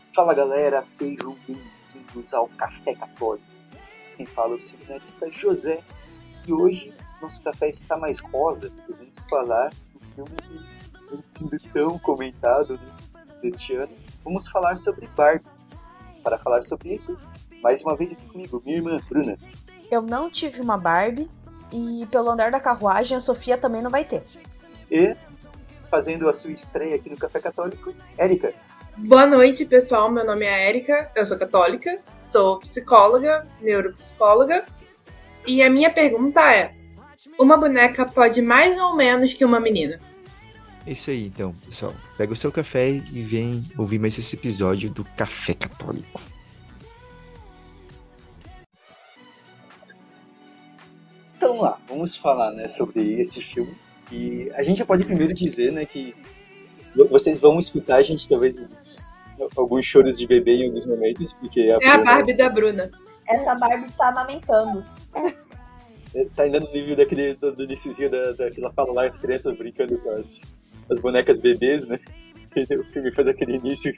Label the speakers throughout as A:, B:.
A: Fala galera, sejam bem-vindos ao Café Católico. Quem fala é o seminarista José e hoje nosso café está mais rosa porque vamos falar do filme que tem sido tão comentado deste ano. Vamos falar sobre Barbie. Para falar sobre isso, mais uma vez aqui comigo, minha irmã Bruna.
B: Eu não tive uma Barbie e pelo andar da carruagem a Sofia também não vai ter.
A: E fazendo a sua estreia aqui no Café Católico, Érica.
C: Boa noite, pessoal. Meu nome é Érica, eu sou católica, sou psicóloga, neuropsicóloga. E a minha pergunta é: uma boneca pode mais ou menos que uma menina?
D: É isso aí, então, pessoal. Pega o seu café e vem ouvir mais esse episódio do Café Católico.
A: Então lá, vamos falar sobre esse filme. E a gente já pode primeiro dizer que vocês vão escutar a gente talvez alguns choros de bebê em alguns momentos, porque
C: É a Barbie da Bruna.
B: Essa Barbie tá amamentando.
A: Tá ainda no nível do iniciozinho que ela fala lá, as crianças brincando com as bonecas bebês, né? E o filme faz aquele início.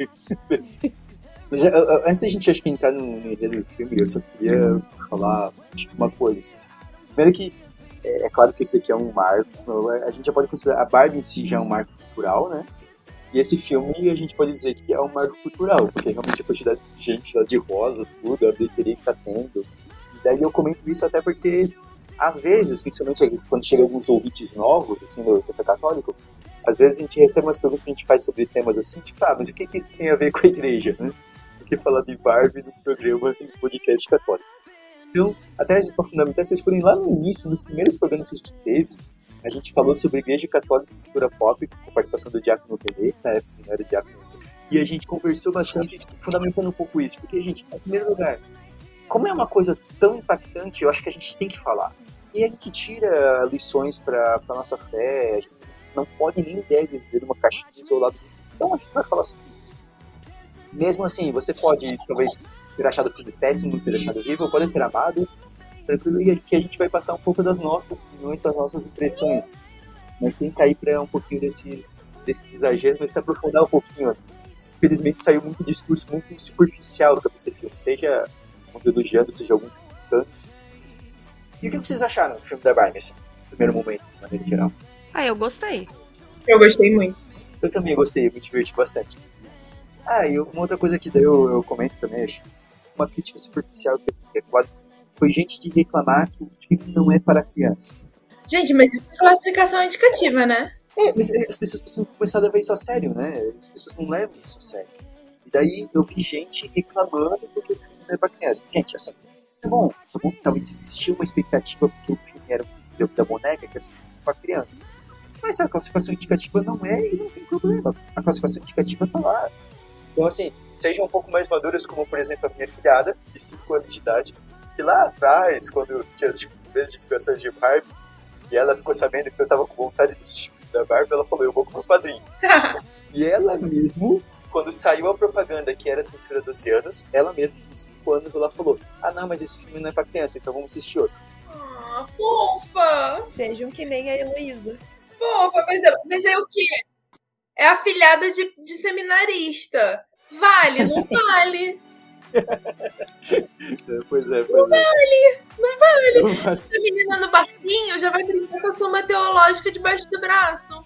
A: Mas antes da gente acho que entrar no enredo do filme, eu só queria falar uma coisa. Assim. Primeiro que é claro que esse aqui é um marco, a gente já pode considerar a Barbie em si já é um marco cultural, né? E esse filme a gente pode dizer que é um marco cultural, porque realmente a quantidade de gente lá de rosa, tudo, a bilheteria que tá tendo. E daí eu comento isso até porque, às vezes, principalmente quando chegam alguns ouvintes novos, assim, no Café Católico, às vezes a gente recebe umas perguntas que a gente faz sobre temas assim, tipo, mas o que isso tem a ver com a igreja, né? Por que falar de Barbie no programa, no podcast católico? Então, até para fundamentar, vocês forem lá no início, nos primeiros programas que a gente teve, a gente falou sobre Igreja Católica e Cultura Pop, com a participação do Diácono René, na época não era Diácono René, e a gente conversou bastante, fundamentando um pouco isso, porque, gente, em primeiro lugar, como é uma coisa tão impactante, eu acho que a gente tem que falar. E a gente tira lições para a nossa fé, a gente não pode nem deve viver uma caixinha isolada. Então a gente vai falar sobre isso. Mesmo assim, você pode, talvez, ter achado o filme péssimo, ter achado horrível, pode ter amado, tranquilo, e aqui a gente vai passar um pouco das nossas opiniões, das nossas impressões, mas sem cair para um pouquinho desses exageros, mas se aprofundar um pouquinho. Infelizmente saiu muito discurso muito superficial sobre esse filme, seja alguns elogiando, seja alguns criticando. E o que vocês acharam do filme da Barbie, assim, no primeiro momento, de maneira geral?
B: Eu gostei.
C: Eu gostei muito.
A: Eu também gostei, me diverti bastante. E uma outra coisa que daí eu comento também, acho, uma crítica superficial que eu fiz, que é claro, foi gente de reclamar que o filme não é para criança.
C: Gente, mas isso é classificação indicativa, né?
A: Mas as pessoas precisam começar a levar isso a sério, né? As pessoas não levam isso a sério. E daí eu vi gente reclamando porque o filme não é para criança. Gente, assim, tá bom, talvez existia uma expectativa porque o filme era um filme da boneca que era para criança. Mas a classificação indicativa não é e não tem problema. A classificação indicativa tá lá. Então, assim, sejam um pouco mais maduras, como, por exemplo, a minha filhada, de 5 anos de idade, que lá atrás, quando tinha as primeiras divulgações de Barbie, e ela ficou sabendo que eu tava com vontade de assistir o filme da Barbie, ela falou, eu vou com o meu padrinho. E ela mesmo, quando saiu a propaganda que era censura 12 anos, ela mesma, com 5 anos, ela falou, não, mas esse filme não é pra criança, então vamos assistir outro.
C: Fofa!
B: Sejam que nem a Heloísa.
C: Fofa, mas é o quê? É a filhada de seminarista. Vale, não vale?
A: Pois é.
C: Não vale. A menina no barquinho já vai brincar com a suma teológica debaixo do braço.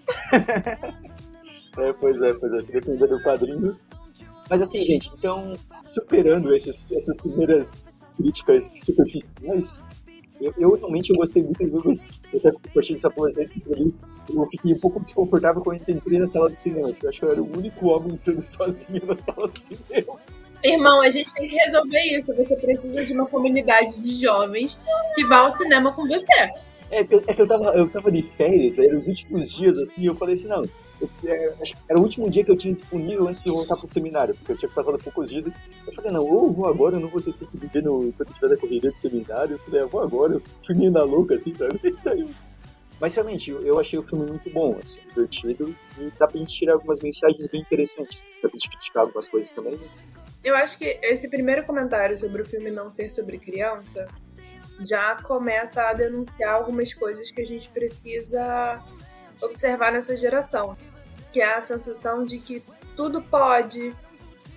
A: Pois é, se depender do padrinho. Mas assim, gente, então, superando essas primeiras críticas superficiais, eu realmente gostei muito do filme, mas eu até compartilho isso com vocês, que eu fiquei um pouco desconfortável quando eu entrei na sala do cinema, porque eu acho que eu era o único homem entrando sozinho na sala do cinema.
C: Irmão, a gente tem que resolver isso. Você precisa de uma comunidade de jovens que vá ao cinema com você.
A: É que eu tava de férias, né? Eram os últimos dias, assim, eu falei assim, não, era o último dia que eu tinha disponível antes de voltar pro seminário, porque eu tinha passado poucos dias, eu falei, não, ou eu vou agora, eu não vou ter tempo de ver enquanto eu tiver na correria de seminário, eu falei, eu vou agora, eu fui meio na louca, assim, sabe? Mas realmente, eu achei o filme muito bom, assim, divertido, e dá pra gente tirar algumas mensagens bem interessantes, dá pra gente criticar algumas coisas também, né?
C: Eu acho que esse primeiro comentário sobre o filme não ser sobre criança já começa a denunciar algumas coisas que a gente precisa observar nessa geração, que é a sensação de que tudo pode,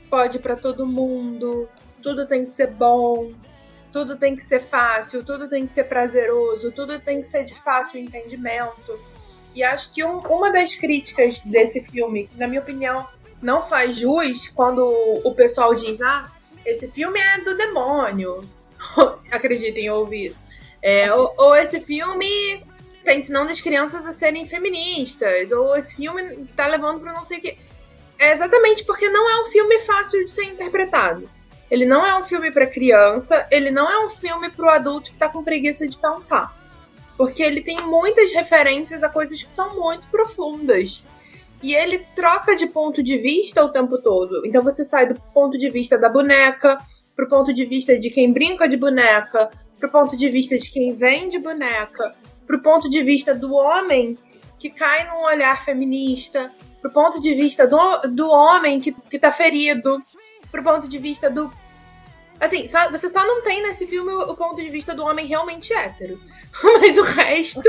C: pode pra todo mundo, tudo tem que ser bom, tudo tem que ser fácil, tudo tem que ser prazeroso, tudo tem que ser de fácil entendimento. E acho que uma das críticas desse filme, na minha opinião, não faz jus quando o pessoal diz: esse filme é do demônio. Acreditem, eu ouvi isso. Ou esse filme tá ensinando as crianças a serem feministas, ou esse filme tá levando pra não sei o que. É exatamente porque não é um filme fácil de ser interpretado. Ele não é um filme pra criança, ele não é um filme pro adulto que tá com preguiça de pensar. Porque ele tem muitas referências a coisas que são muito profundas. E ele troca de ponto de vista o tempo todo. Então você sai do ponto de vista da boneca, pro ponto de vista de quem brinca de boneca, pro ponto de vista de quem vende boneca, pro ponto de vista do homem que cai num olhar feminista, pro ponto de vista do homem que tá ferido, pro ponto de vista do... Assim, você só não tem nesse filme o ponto de vista do homem realmente hétero. Mas o resto...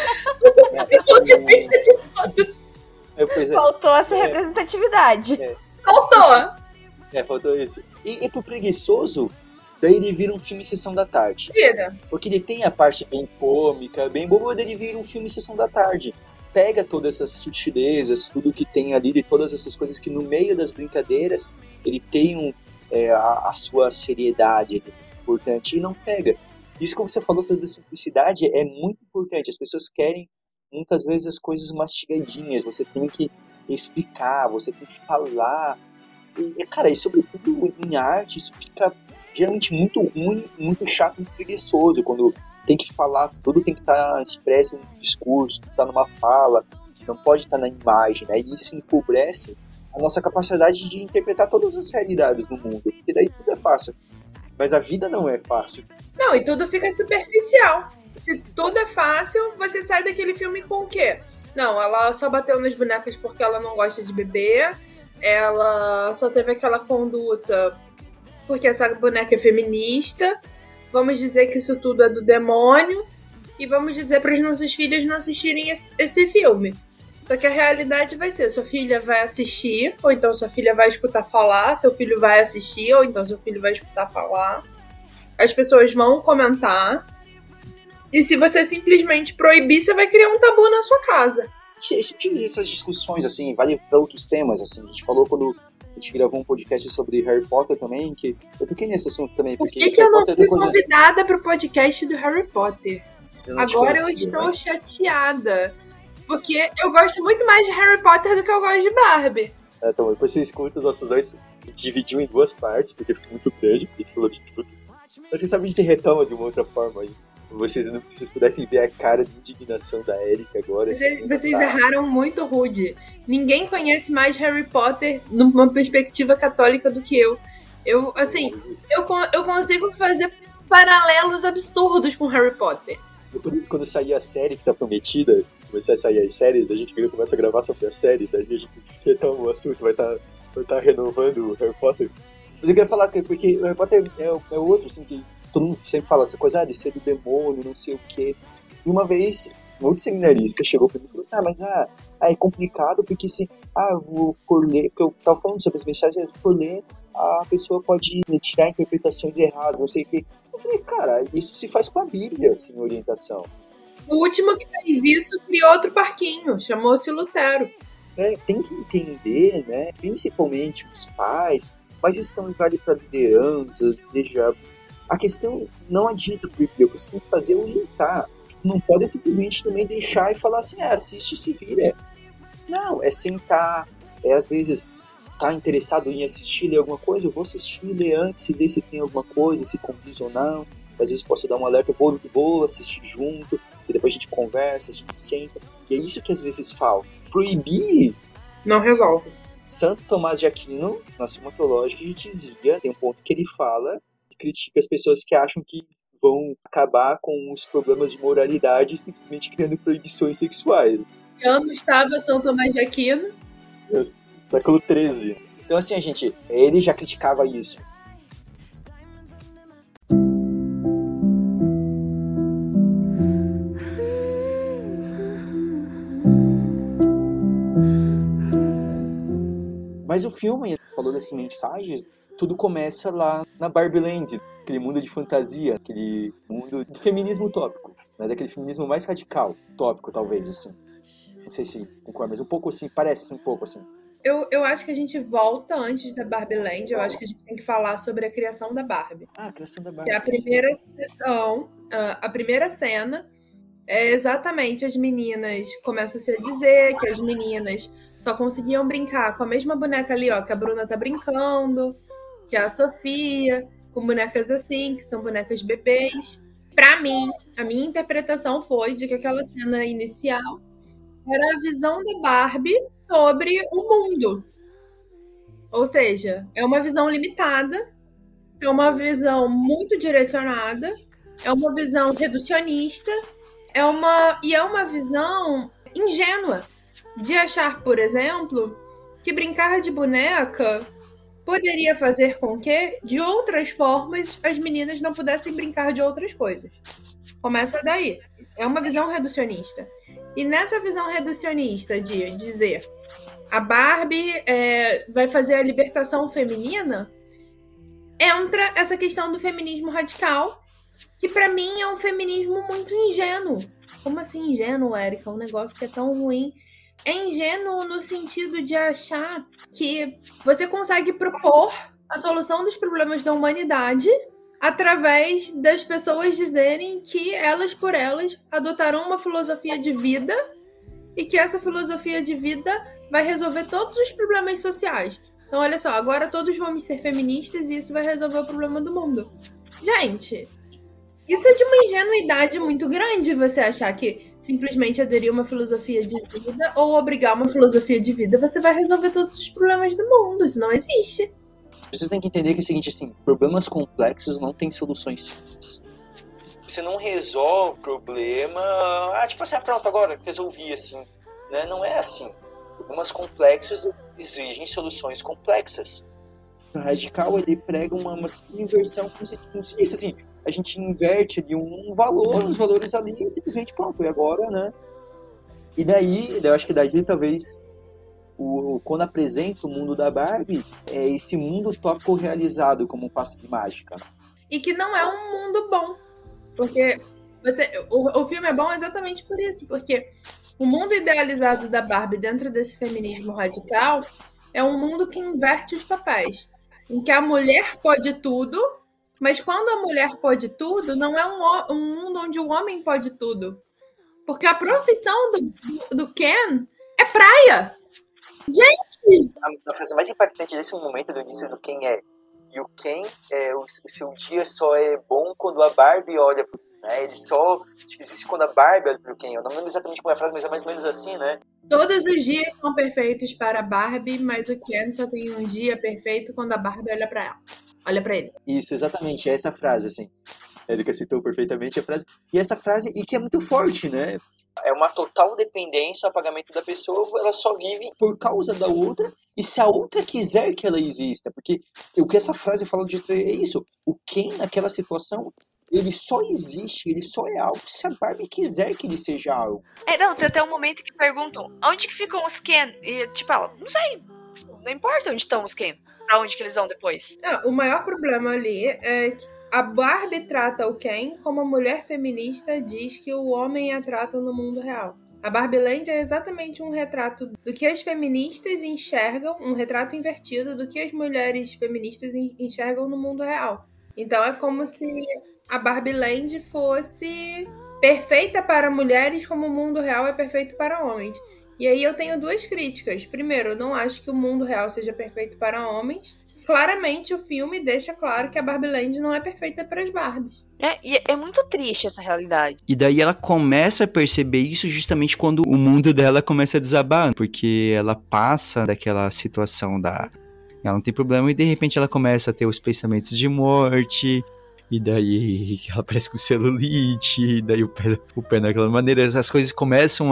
C: o ponto de vista de todos.
B: Faltou essa representatividade.
A: Faltou isso. E pro preguiçoso, daí ele vira um filme Sessão da Tarde. Porque ele tem a parte bem cômica, bem boa, daí ele vira um filme Sessão da Tarde. Pega todas essas sutilezas, tudo que tem ali, de todas essas coisas que no meio das brincadeiras, ele tem a sua seriedade importante e não pega. Isso que você falou sobre simplicidade é muito importante. As pessoas querem muitas vezes as coisas mastigadinhas, você tem que explicar, você tem que falar. Cara, e sobretudo em arte, isso fica geralmente muito ruim, muito chato, muito preguiçoso, quando tem que falar, tudo tem que estar expresso no discurso, estar numa fala, não pode estar na imagem, né? E isso empobrece a nossa capacidade de interpretar todas as realidades do mundo, porque daí tudo é fácil. Mas a vida não é fácil.
C: Não, e tudo fica superficial. Se tudo é fácil, você sai daquele filme com o quê? Não, ela só bateu nas bonecas porque ela não gosta de beber, ela só teve aquela conduta porque essa boneca é feminista, vamos dizer que isso tudo é do demônio, e vamos dizer para as nossas filhas não assistirem esse filme. Só que a realidade vai ser, sua filha vai assistir, ou então sua filha vai escutar falar, seu filho vai assistir, ou então seu filho vai escutar falar. As pessoas vão comentar. E se você simplesmente proibir, você vai criar um tabu na sua casa.
A: Essas discussões, assim, vale para outros temas, assim. A gente falou quando a gente gravou um podcast sobre Harry Potter também, que eu toquei nesse assunto também.
C: Por que eu não fui convidada pro podcast do Harry Potter? Agora eu estou chateada. Porque eu gosto muito mais de Harry Potter do que eu gosto de Barbie.
A: Então, depois você escuta os nossos dois, a gente dividiu em duas partes, porque ficou muito grande, porque a gente falou de tudo. Mas quem sabe a gente retoma de uma outra forma aí. Se vocês pudessem ver a cara de indignação da Erika agora.
C: Vocês erraram muito rude. Ninguém conhece mais Harry Potter numa perspectiva católica do que eu. Eu consigo fazer paralelos absurdos com Harry Potter.
A: Quando sair a série que tá prometida, começar a sair as séries, a gente começa a gravar sobre a série, daí a gente retoma o assunto, vai tá renovando o Harry Potter. Mas eu queria falar que porque o Harry Potter é outro, assim, que todo mundo sempre fala essa coisa, de ser do demônio, não sei o quê. E uma vez, um outro seminarista chegou pra mim e falou assim, é complicado, porque se eu for ler, porque eu tava falando sobre as mensagens, se for ler, a pessoa pode tirar interpretações erradas, não sei o quê. Eu falei, cara, isso se faz com a Bíblia, assim, orientação.
C: O último que fez isso criou outro parquinho, chamou-se Lutero.
A: Tem que entender, né, principalmente os pais, mas isso também vale para lideranças, a questão não adianta proibir, o que você tem que fazer é orientar. Não pode simplesmente também deixar e falar assim, assiste e se vira. Não, é sentar, às vezes tá interessado em assistir, ler alguma coisa, eu vou assistir, ler antes, ver se tem alguma coisa, se condiz ou não. Às vezes posso dar um alerta, eu vou assistir junto, e depois a gente conversa, a gente senta. E é isso que às vezes falta. Proibir
C: não resolve.
A: Santo Tomás de Aquino, na Suma Teológica, ele dizia, tem um ponto que ele fala, critica as pessoas que acham que vão acabar com os problemas de moralidade simplesmente criando proibições sexuais.
C: Que ano estava São Tomás de Aquino?
A: Século XIII. Então, assim, gente, ele já criticava isso. Mas o filme, falou dessas mensagens, tudo começa lá na Barbie Land, aquele mundo de fantasia, aquele mundo do feminismo utópico, né? Daquele feminismo mais radical, utópico talvez, assim. Não sei se concorda, mas um pouco assim, parece assim, um pouco assim.
C: Eu acho que a gente volta antes da Barbie Land, eu acho que a gente tem que falar sobre a criação da Barbie.
A: Ah, a criação da Barbie.
C: Que é a primeira sessão, a primeira cena, é exatamente as meninas, começa-se a dizer que as meninas só conseguiam brincar com a mesma boneca ali, ó, que a Bruna tá brincando, que é a Sofia, com bonecas assim, que são bonecas bebês. Pra mim, a minha interpretação foi de que aquela cena inicial era a visão da Barbie sobre o mundo. Ou seja, é uma visão limitada, é uma visão muito direcionada, é uma visão reducionista, é uma visão ingênua de achar, por exemplo, que brincar de boneca poderia fazer com que, de outras formas, as meninas não pudessem brincar de outras coisas. Começa daí. É uma visão reducionista. E nessa visão reducionista de dizer a Barbie vai fazer a libertação feminina, entra essa questão do feminismo radical, que pra mim é um feminismo muito ingênuo. Como assim ingênuo, Érica? Um negócio que é tão ruim. É ingênuo no sentido de achar que você consegue propor a solução dos problemas da humanidade através das pessoas dizerem que elas por elas adotarão uma filosofia de vida e que essa filosofia de vida vai resolver todos os problemas sociais. Então, olha só, agora todos vamos ser feministas e isso vai resolver o problema do mundo. Gente, isso é de uma ingenuidade muito grande, você achar que simplesmente aderir uma filosofia de vida ou obrigar uma filosofia de vida, você vai resolver todos os problemas do mundo. Isso não existe.
A: Vocês têm que entender que é o seguinte, assim, problemas complexos não têm soluções simples. Você não resolve o problema, tipo assim, pronto, agora resolvi, assim, né? Não é assim. Problemas complexos exigem soluções complexas. O radical, ele prega uma inversão, como se disse, assim, a gente inverte ali um valor, os valores ali, e simplesmente pronto, e agora, né? E daí, eu acho que daí talvez, quando apresenta o mundo da Barbie, é esse mundo utópico realizado como um passe de mágica.
C: E que não é um mundo bom. Porque o filme é bom exatamente por isso, porque o mundo idealizado da Barbie dentro desse feminismo radical é um mundo que inverte os papéis, em que a mulher pode tudo, mas quando a mulher pode tudo, não é um mundo onde o homem pode tudo. Porque a profissão do Ken é praia. Gente!
A: A frase mais impactante desse momento do início do Ken é: e o Ken, o seu dia só é bom quando a Barbie olha pro Ken, né? Ele só existe quando a Barbie olha pro Ken. Eu não lembro exatamente como é a frase, mas é mais ou menos assim, né?
C: Todos os dias são perfeitos para a Barbie, mas o Ken só tem um dia perfeito quando a Barbie olha para ela. Olha para ele.
A: Isso, exatamente, é essa frase, assim. Ele que citou perfeitamente a frase. E essa frase, e que é muito forte, né? É uma total dependência, o apagamento da pessoa, ela só vive por causa da outra, e se a outra quiser que ela exista. Porque o que essa frase fala de é isso. O Ken, naquela situação, ele só existe, ele só é algo se a Barbie quiser que ele seja algo.
B: Não, tem até um momento que perguntam, onde que ficam os Ken? E tipo, ela, não sei, não importa onde estão os Ken, pra onde que eles vão depois.
C: O maior problema ali é que a Barbie trata o Ken como a mulher feminista diz que o homem a trata no mundo real. A Barbie Land é exatamente um retrato do que as feministas enxergam, um retrato invertido do que as mulheres feministas enxergam no mundo real. Então é como se a Barbie Land fosse perfeita para mulheres como o mundo real é perfeito para homens. E aí eu tenho duas críticas. Primeiro, eu não acho que o mundo real seja perfeito para homens. Claramente o filme deixa claro que a Barbie Land não é perfeita para as Barbies.
B: E é muito triste essa realidade.
E: E daí ela começa a perceber isso justamente quando o mundo dela começa a desabar, porque ela passa daquela situação ela não tem problema e de repente ela começa a ter os pensamentos de morte, e daí ela parece com celulite, e daí o pé daquela maneira, as coisas começam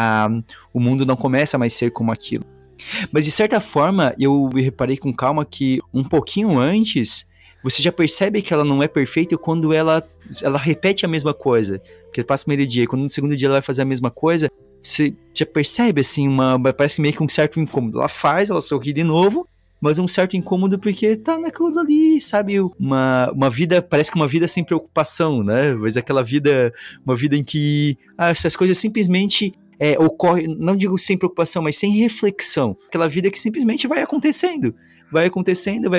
E: o mundo não começa mais a ser como aquilo. Mas de certa forma, eu reparei com calma que um pouquinho antes, você já percebe que ela não é perfeita quando ela repete a mesma coisa. Porque passa o primeiro dia, quando no segundo dia ela vai fazer a mesma coisa, você já percebe, assim, parece meio que um certo incômodo. Ela sorri de novo, mas um certo incômodo porque tá naquilo ali, sabe? Uma vida, parece que uma vida sem preocupação, né? Mas aquela vida, uma vida em que essas coisas simplesmente ocorrem, não digo sem preocupação, mas sem reflexão. Aquela vida que simplesmente vai acontecendo. Vai acontecendo,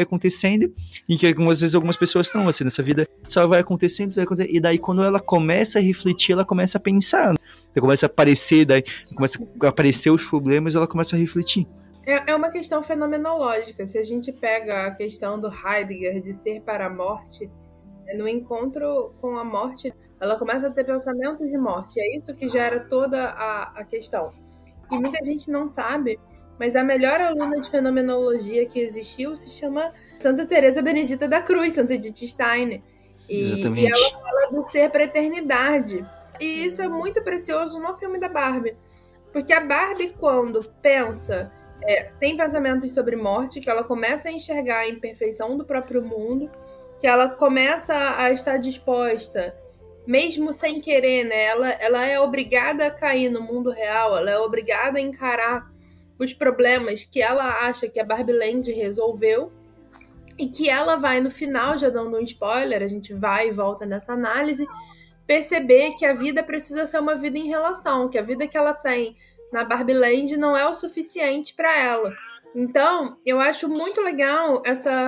E: e que algumas pessoas estão assim, nessa vida só vai acontecendo, e daí quando ela começa a refletir, ela começa a pensar, começa a aparecer, daí começa a aparecer os problemas, ela começa a refletir.
C: É uma questão fenomenológica. Se a gente pega a questão do Heidegger de ser para a morte, no encontro com a morte, ela começa a ter pensamentos de morte. É isso que gera toda a questão. E muita gente não sabe, mas a melhor aluna de fenomenologia que existiu se chama Santa Teresa Benedita da Cruz, Santa Edith Stein. E ela fala do ser para a eternidade. E isso é muito precioso no filme da Barbie. Porque a Barbie, quando pensa, tem pensamentos sobre morte, que ela começa a enxergar a imperfeição do próprio mundo, que ela começa a estar disposta, mesmo sem querer, né? Ela é obrigada a cair no mundo real, ela é obrigada a encarar os problemas que ela acha que a Barbie Land resolveu, e que ela vai, no final, já dando um spoiler, a gente vai e volta nessa análise, perceber que a vida precisa ser uma vida em relação, que a vida que ela tem na Barbie Land não é o suficiente para ela. Então, eu acho muito legal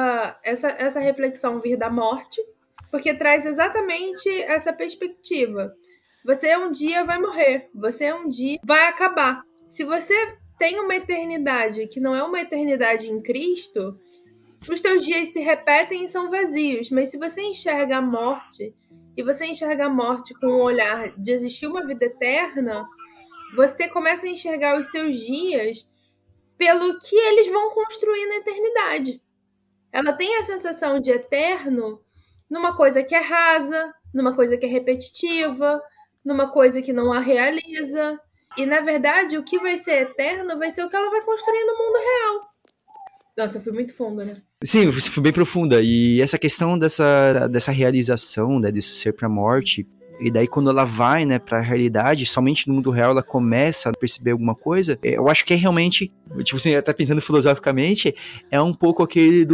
C: essa reflexão vir da morte, porque traz exatamente essa perspectiva. Você um dia vai morrer, você um dia vai acabar. Se você tem uma eternidade que não é uma eternidade em Cristo, os teus dias se repetem e são vazios. Mas se você enxerga a morte, e você enxerga a morte com o olhar de existir uma vida eterna, você começa a enxergar os seus dias pelo que eles vão construir na eternidade. Ela tem a sensação de eterno numa coisa que é rasa, numa coisa que é repetitiva, numa coisa que não a realiza. E, na verdade, o que vai ser eterno vai ser o que ela vai construir no mundo real. Nossa, eu fui muito fundo, né?
E: Sim, você foi bem profunda. E essa questão dessa realização, né, desse ser pra morte, e daí quando ela vai, né, pra realidade, somente no mundo real ela começa a perceber alguma coisa, eu acho que é realmente, tipo assim, até pensando filosoficamente, é um pouco aquele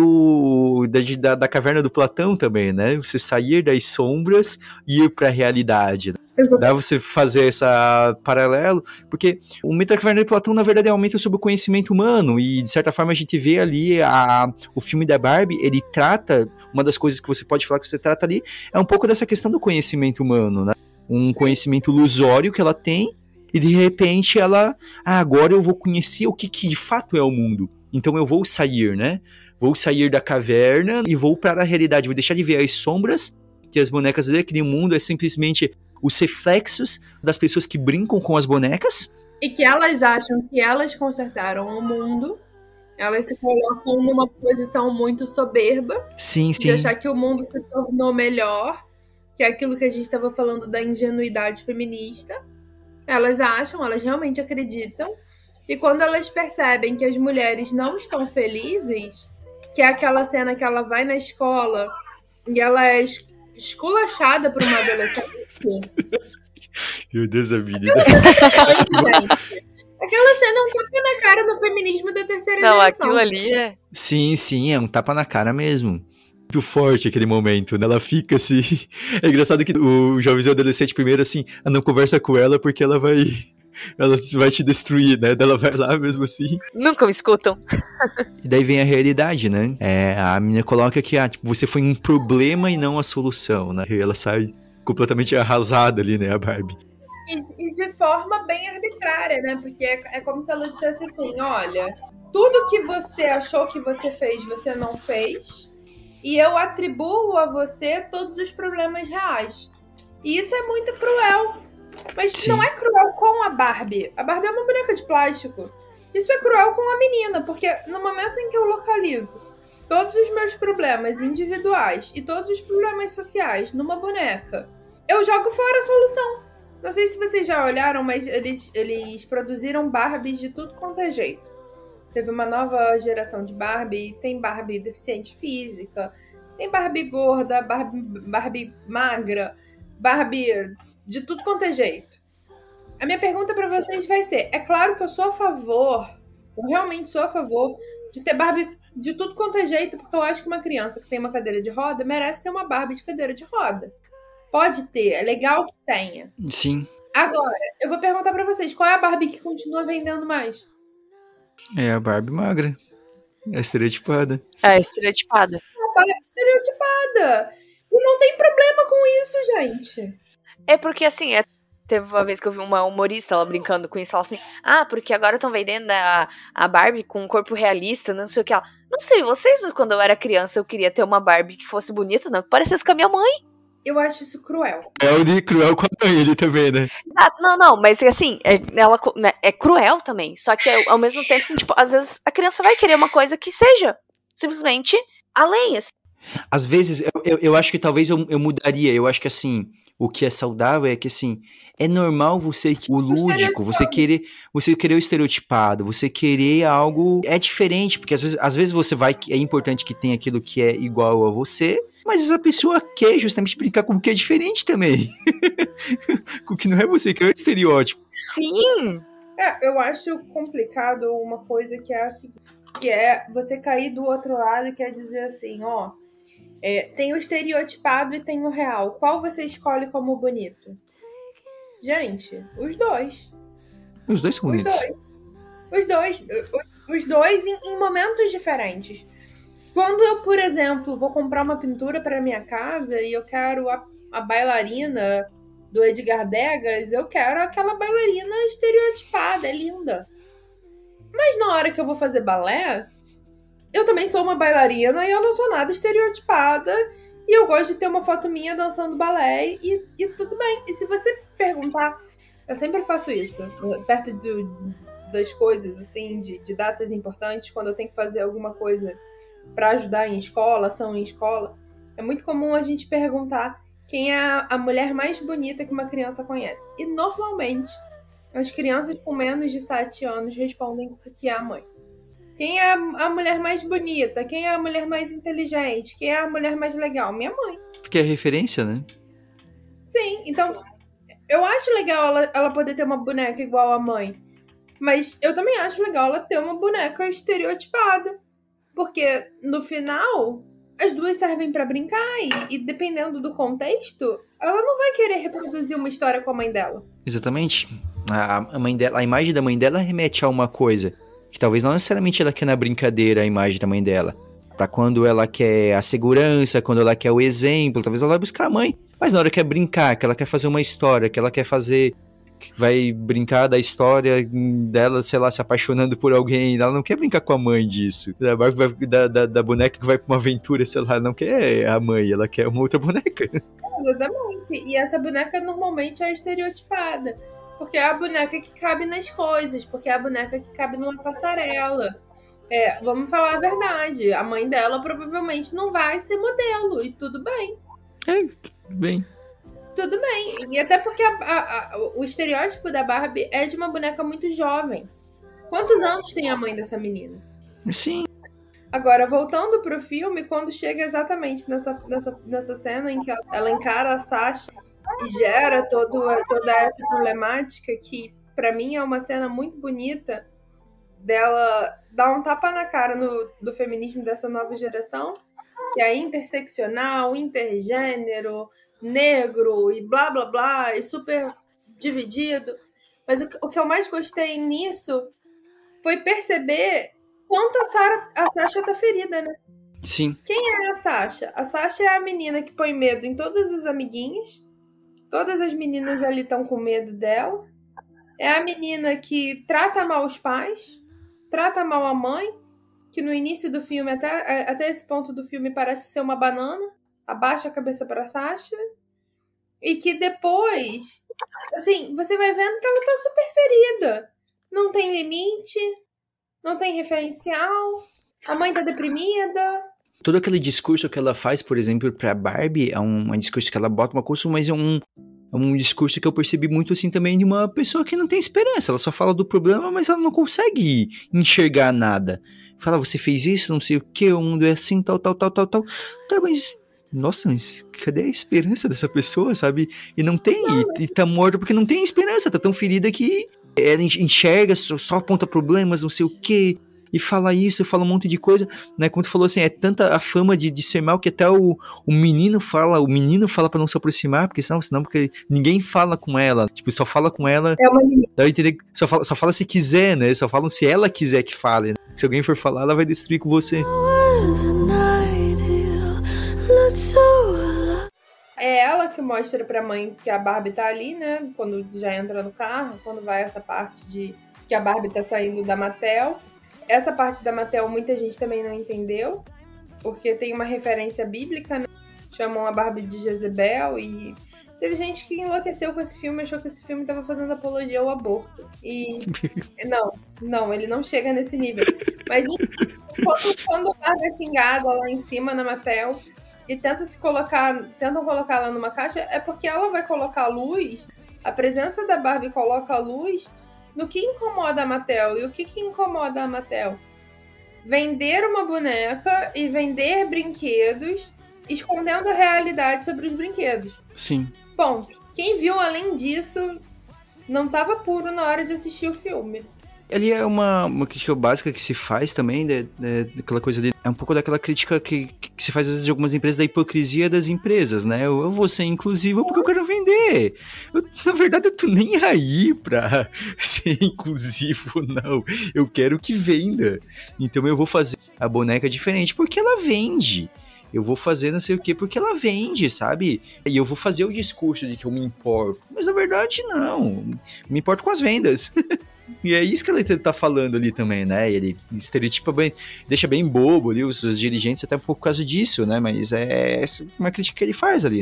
E: da caverna do Platão também, né? Você sair das sombras e ir pra realidade. Dá você fazer essa paralelo, porque o mito da caverna de Platão, na verdade, é um mito sobre o conhecimento humano, e de certa forma a gente vê ali o filme da Barbie, ele trata, uma das coisas que você pode falar que você trata ali, é um pouco dessa questão do conhecimento humano, né? Um conhecimento ilusório que ela tem, e de repente ela, agora eu vou conhecer o que de fato é o mundo, então eu vou sair, né? Vou sair da caverna e vou para a realidade, vou deixar de ver as sombras, que as bonecas ali, aquele mundo é simplesmente os reflexos das pessoas que brincam com as bonecas.
C: E que elas acham que elas consertaram o mundo. Elas se colocam numa posição muito soberba.
E: Sim, sim.
C: De achar que o mundo se tornou melhor. Que é aquilo que a gente estava falando da ingenuidade feminista. Elas acham, elas realmente acreditam. E quando elas percebem que as mulheres não estão felizes, que é aquela cena que ela vai na escola e ela é esculachada por uma adolescente.
E: Meu Deus, a menina.
C: Aquela cena é um tapa na cara do feminismo da terceira geração.
B: Não, aquilo ali é...
E: Sim, sim, é um tapa na cara mesmo. Muito forte aquele momento, né? Ela fica assim... É engraçado que o jovem adolescente primeiro, assim, não conversa com ela porque ela vai te destruir, né? Ela vai lá mesmo assim.
B: Nunca me escutam.
E: E daí vem a realidade, né? A menina coloca que tipo, você foi um problema e não a solução, né? E ela sai completamente arrasada ali, né? A Barbie.
C: E de forma bem arbitrária, né? Porque é como se ela dissesse assim, olha, tudo que você achou que você fez, você não fez. E eu atribuo a você todos os problemas reais. E isso é muito cruel. Mas sim, não é cruel com a Barbie. A Barbie é uma boneca de plástico. Isso é cruel com a menina, porque no momento em que eu localizo todos os meus problemas individuais e todos os problemas sociais numa boneca, eu jogo fora a solução. Não sei se vocês já olharam, mas eles produziram Barbies de tudo quanto é jeito. Teve uma nova geração de Barbie, tem Barbie deficiente física, tem Barbie gorda, Barbie magra, Barbie de tudo quanto é jeito. A minha pergunta pra vocês vai ser: é claro que eu sou a favor, eu realmente sou a favor de ter Barbie de tudo quanto é jeito, porque eu acho que uma criança que tem uma cadeira de roda merece ter uma Barbie de cadeira de roda. Pode ter, é legal que tenha.
E: Sim.
C: Agora, eu vou perguntar pra vocês: qual é a Barbie que continua vendendo mais?
E: É a Barbie magra. É estereotipada.
B: É, estereotipada.
C: A Barbie estereotipada. E não tem problema com isso, gente.
B: É porque, assim, teve uma vez que eu vi uma humorista, ela brincando com isso, ela assim, porque agora estão vendendo a Barbie com um corpo realista, não sei o que ela. Não sei vocês, mas quando eu era criança eu queria ter uma Barbie que fosse bonita, não que parecesse com a minha mãe.
C: Eu acho isso cruel.
E: Cruel com a mãe, ele também, né?
B: Não, mas assim, ela é cruel também. Só que ao mesmo tempo, assim, tipo, às vezes a criança vai querer uma coisa que seja simplesmente além, assim.
E: Às vezes, eu acho que talvez eu mudaria. Eu acho que, assim, o que é saudável é que, assim, é normal você, o lúdico, você querer o estereotipado, você querer algo, é diferente, porque às vezes você é importante que tenha aquilo que é igual a você, mas a pessoa quer justamente brincar com o que é diferente também. Com o que não é você, que é o estereótipo.
B: Sim!
C: Eu acho complicado uma coisa que é a seguinte, que é você cair do outro lado e quer dizer assim, tem o estereotipado e tem o real. Qual você escolhe como bonito? Gente, os dois.
E: Os dois são bonitos.
C: Os dois em momentos diferentes. Quando eu, por exemplo, vou comprar uma pintura para minha casa e eu quero a bailarina do Edgar Degas, eu quero aquela bailarina estereotipada, é linda. Mas na hora que eu vou fazer balé, eu também sou uma bailarina e eu não sou nada estereotipada. E eu gosto de ter uma foto minha dançando balé e tudo bem. E se você perguntar, eu sempre faço isso, perto das coisas, assim, de datas importantes, quando eu tenho que fazer alguma coisa para ajudar em escola, ação em escola, é muito comum a gente perguntar quem é a mulher mais bonita que uma criança conhece. E normalmente, as crianças com menos de 7 anos respondem que é a mãe. Quem é a mulher mais bonita? Quem é a mulher mais inteligente? Quem é a mulher mais legal? Minha mãe.
E: Porque é referência, né?
C: Sim, então eu acho legal ela poder ter uma boneca igual a mãe. Mas eu também acho legal ela ter uma boneca estereotipada. Porque no final, as duas servem pra brincar e dependendo do contexto, ela não vai querer reproduzir uma história com a mãe dela.
E: Exatamente. A mãe dela, a imagem da mãe dela remete a uma coisa. Que talvez não necessariamente ela quer na brincadeira a imagem da mãe dela. Pra quando ela quer a segurança, quando ela quer o exemplo, talvez ela vai buscar a mãe. Mas na hora que ela quer brincar, que ela quer fazer uma história, que ela quer fazer... Que vai brincar da história dela, sei lá, se apaixonando por alguém. Ela não quer brincar com a mãe disso. Da boneca que vai pra uma aventura, sei lá, não quer a mãe, ela quer uma outra boneca.
C: Exatamente. E essa boneca normalmente é estereotipada. Porque é a boneca que cabe nas coisas, porque é a boneca que cabe numa passarela. Vamos falar a verdade. A mãe dela provavelmente não vai ser modelo, e tudo bem.
E: Tudo bem.
C: Tudo bem. E até porque o estereótipo da Barbie é de uma boneca muito jovem. Quantos anos tem a mãe dessa menina?
E: Sim.
C: Agora, voltando pro filme, quando chega exatamente nessa cena em que ela encara a Sasha e gera toda essa problemática, que pra mim é uma cena muito bonita dela dar um tapa na cara do feminismo dessa nova geração, que é interseccional, intergênero, negro e blá blá blá, e super dividido. Mas o que eu mais gostei nisso foi perceber quanto a Sasha tá ferida, né?
E: Sim.
C: Quem é a Sasha? A Sasha é a menina que põe medo em todas as amiguinhas. Todas as meninas ali estão com medo dela. É a menina que trata mal os pais, trata mal a mãe, que no início do filme, até esse ponto do filme, parece ser uma banana, abaixa a cabeça pra Sasha, e que depois, assim, você vai vendo que ela tá super ferida. Não tem limite, não tem referencial, a mãe tá deprimida.
E: Todo aquele discurso que ela faz, por exemplo, pra Barbie, é um discurso que ela bota uma coisa, mas é um discurso que eu percebi muito assim também de uma pessoa que não tem esperança. Ela só fala do problema, mas ela não consegue enxergar nada. Fala, você fez isso, não sei o que, o mundo é assim, tal. Tá, mas nossa, mas cadê a esperança dessa pessoa, sabe? E não tem, e tá morta porque não tem esperança, tá tão ferida que ela enxerga, só aponta problemas, não sei o quê, e fala isso, fala um monte de coisa, né? Como tu falou assim, é tanta a fama de ser mal que até o menino fala pra não se aproximar, porque senão porque ninguém fala com ela, tipo, só fala com ela,
C: É uma menina.
E: dá pra entender que só fala se quiser, né? Só falam se ela quiser que fale, né? Se alguém for falar, ela vai destruir com você.
C: É ela que mostra pra mãe que a Barbie tá ali, né? Quando já entra no carro, quando vai essa parte de que a Barbie tá saindo da Mattel. Essa parte da Mattel muita gente também não entendeu, porque tem uma referência bíblica, né? Chamam a Barbie de Jezebel e teve gente que enlouqueceu com esse filme, achou que esse filme tava fazendo apologia ao aborto. E não, ele não chega nesse nível. Mas quando o Barbie é xingado lá em cima na Mattel e tentam colocar ela numa caixa, é porque ela vai colocar luz, a presença da Barbie coloca luz no que incomoda a Mattel. E o que incomoda a Mattel? Vender uma boneca e vender brinquedos, escondendo a realidade sobre os brinquedos.
E: Sim.
C: Ponto. Quem viu além disso não tava puro na hora de assistir o filme.
E: Ali é uma crítica básica que se faz também, daquela coisa ali. É um pouco daquela crítica que se faz às vezes de algumas empresas, da hipocrisia das empresas, né? Eu vou ser inclusivo porque eu quero vender. Na verdade, eu tô nem aí pra ser inclusivo, não. Eu quero que venda. Então eu vou fazer a boneca diferente porque ela vende. Eu vou fazer não sei o que porque ela vende, sabe? E eu vou fazer o discurso de que eu me importo. Mas na verdade, não. Me importo com as vendas. E é isso que ele tá falando ali também, né? Ele estereotipa bem, deixa bem bobo ali os dirigentes até um pouco por causa disso, né? Mas é uma crítica que ele faz ali.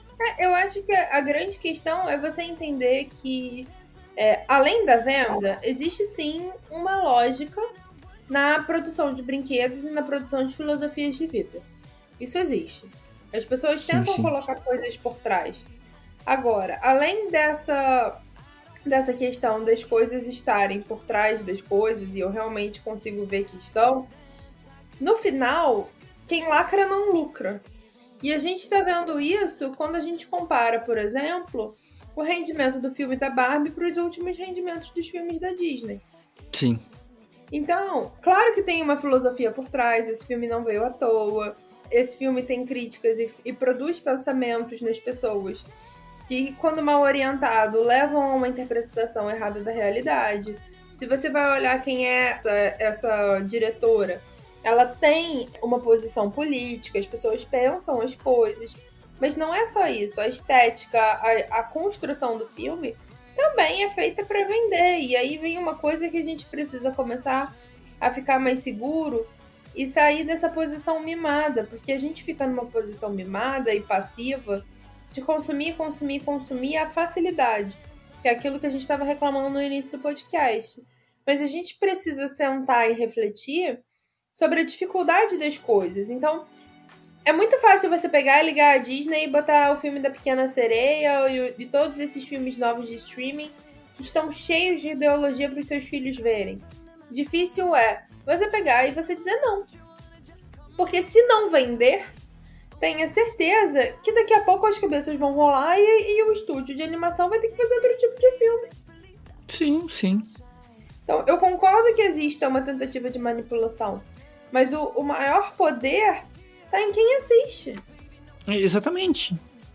C: Eu acho que a grande questão é você entender que, além da venda, existe sim uma lógica na produção de brinquedos e na produção de filosofias de vida. Isso existe. As pessoas tentam colocar coisas por trás. Agora, além dessa questão das coisas estarem por trás das coisas, e eu realmente consigo ver que estão, no final, quem lacra não lucra. E a gente tá vendo isso quando a gente compara, por exemplo, o rendimento do filme da Barbie para os últimos rendimentos dos filmes da Disney.
E: Sim.
C: Então, claro que tem uma filosofia por trás, esse filme não veio à toa, esse filme tem críticas e produz pensamentos nas pessoas que, quando mal orientado, levam a uma interpretação errada da realidade. Se você vai olhar quem é essa diretora, ela tem uma posição política, as pessoas pensam as coisas, mas não é só isso. A estética, a construção do filme também é feita para vender. E aí vem uma coisa que a gente precisa começar a ficar mais seguro e sair dessa posição mimada, porque a gente fica numa posição mimada e passiva de consumir a facilidade, que é aquilo que a gente estava reclamando no início do podcast. Mas a gente precisa sentar e refletir sobre a dificuldade das coisas. Então, é muito fácil você pegar e ligar a Disney e botar o filme da Pequena Sereia e todos esses filmes novos de streaming que estão cheios de ideologia para os seus filhos verem. Difícil é você pegar e você dizer não. Porque se não vender, tenha certeza que daqui a pouco as cabeças vão rolar e o estúdio de animação vai ter que fazer outro tipo de filme.
E: Sim, sim.
C: Então, eu concordo que exista uma tentativa de manipulação, mas o maior poder tá em quem assiste.
E: Exatamente.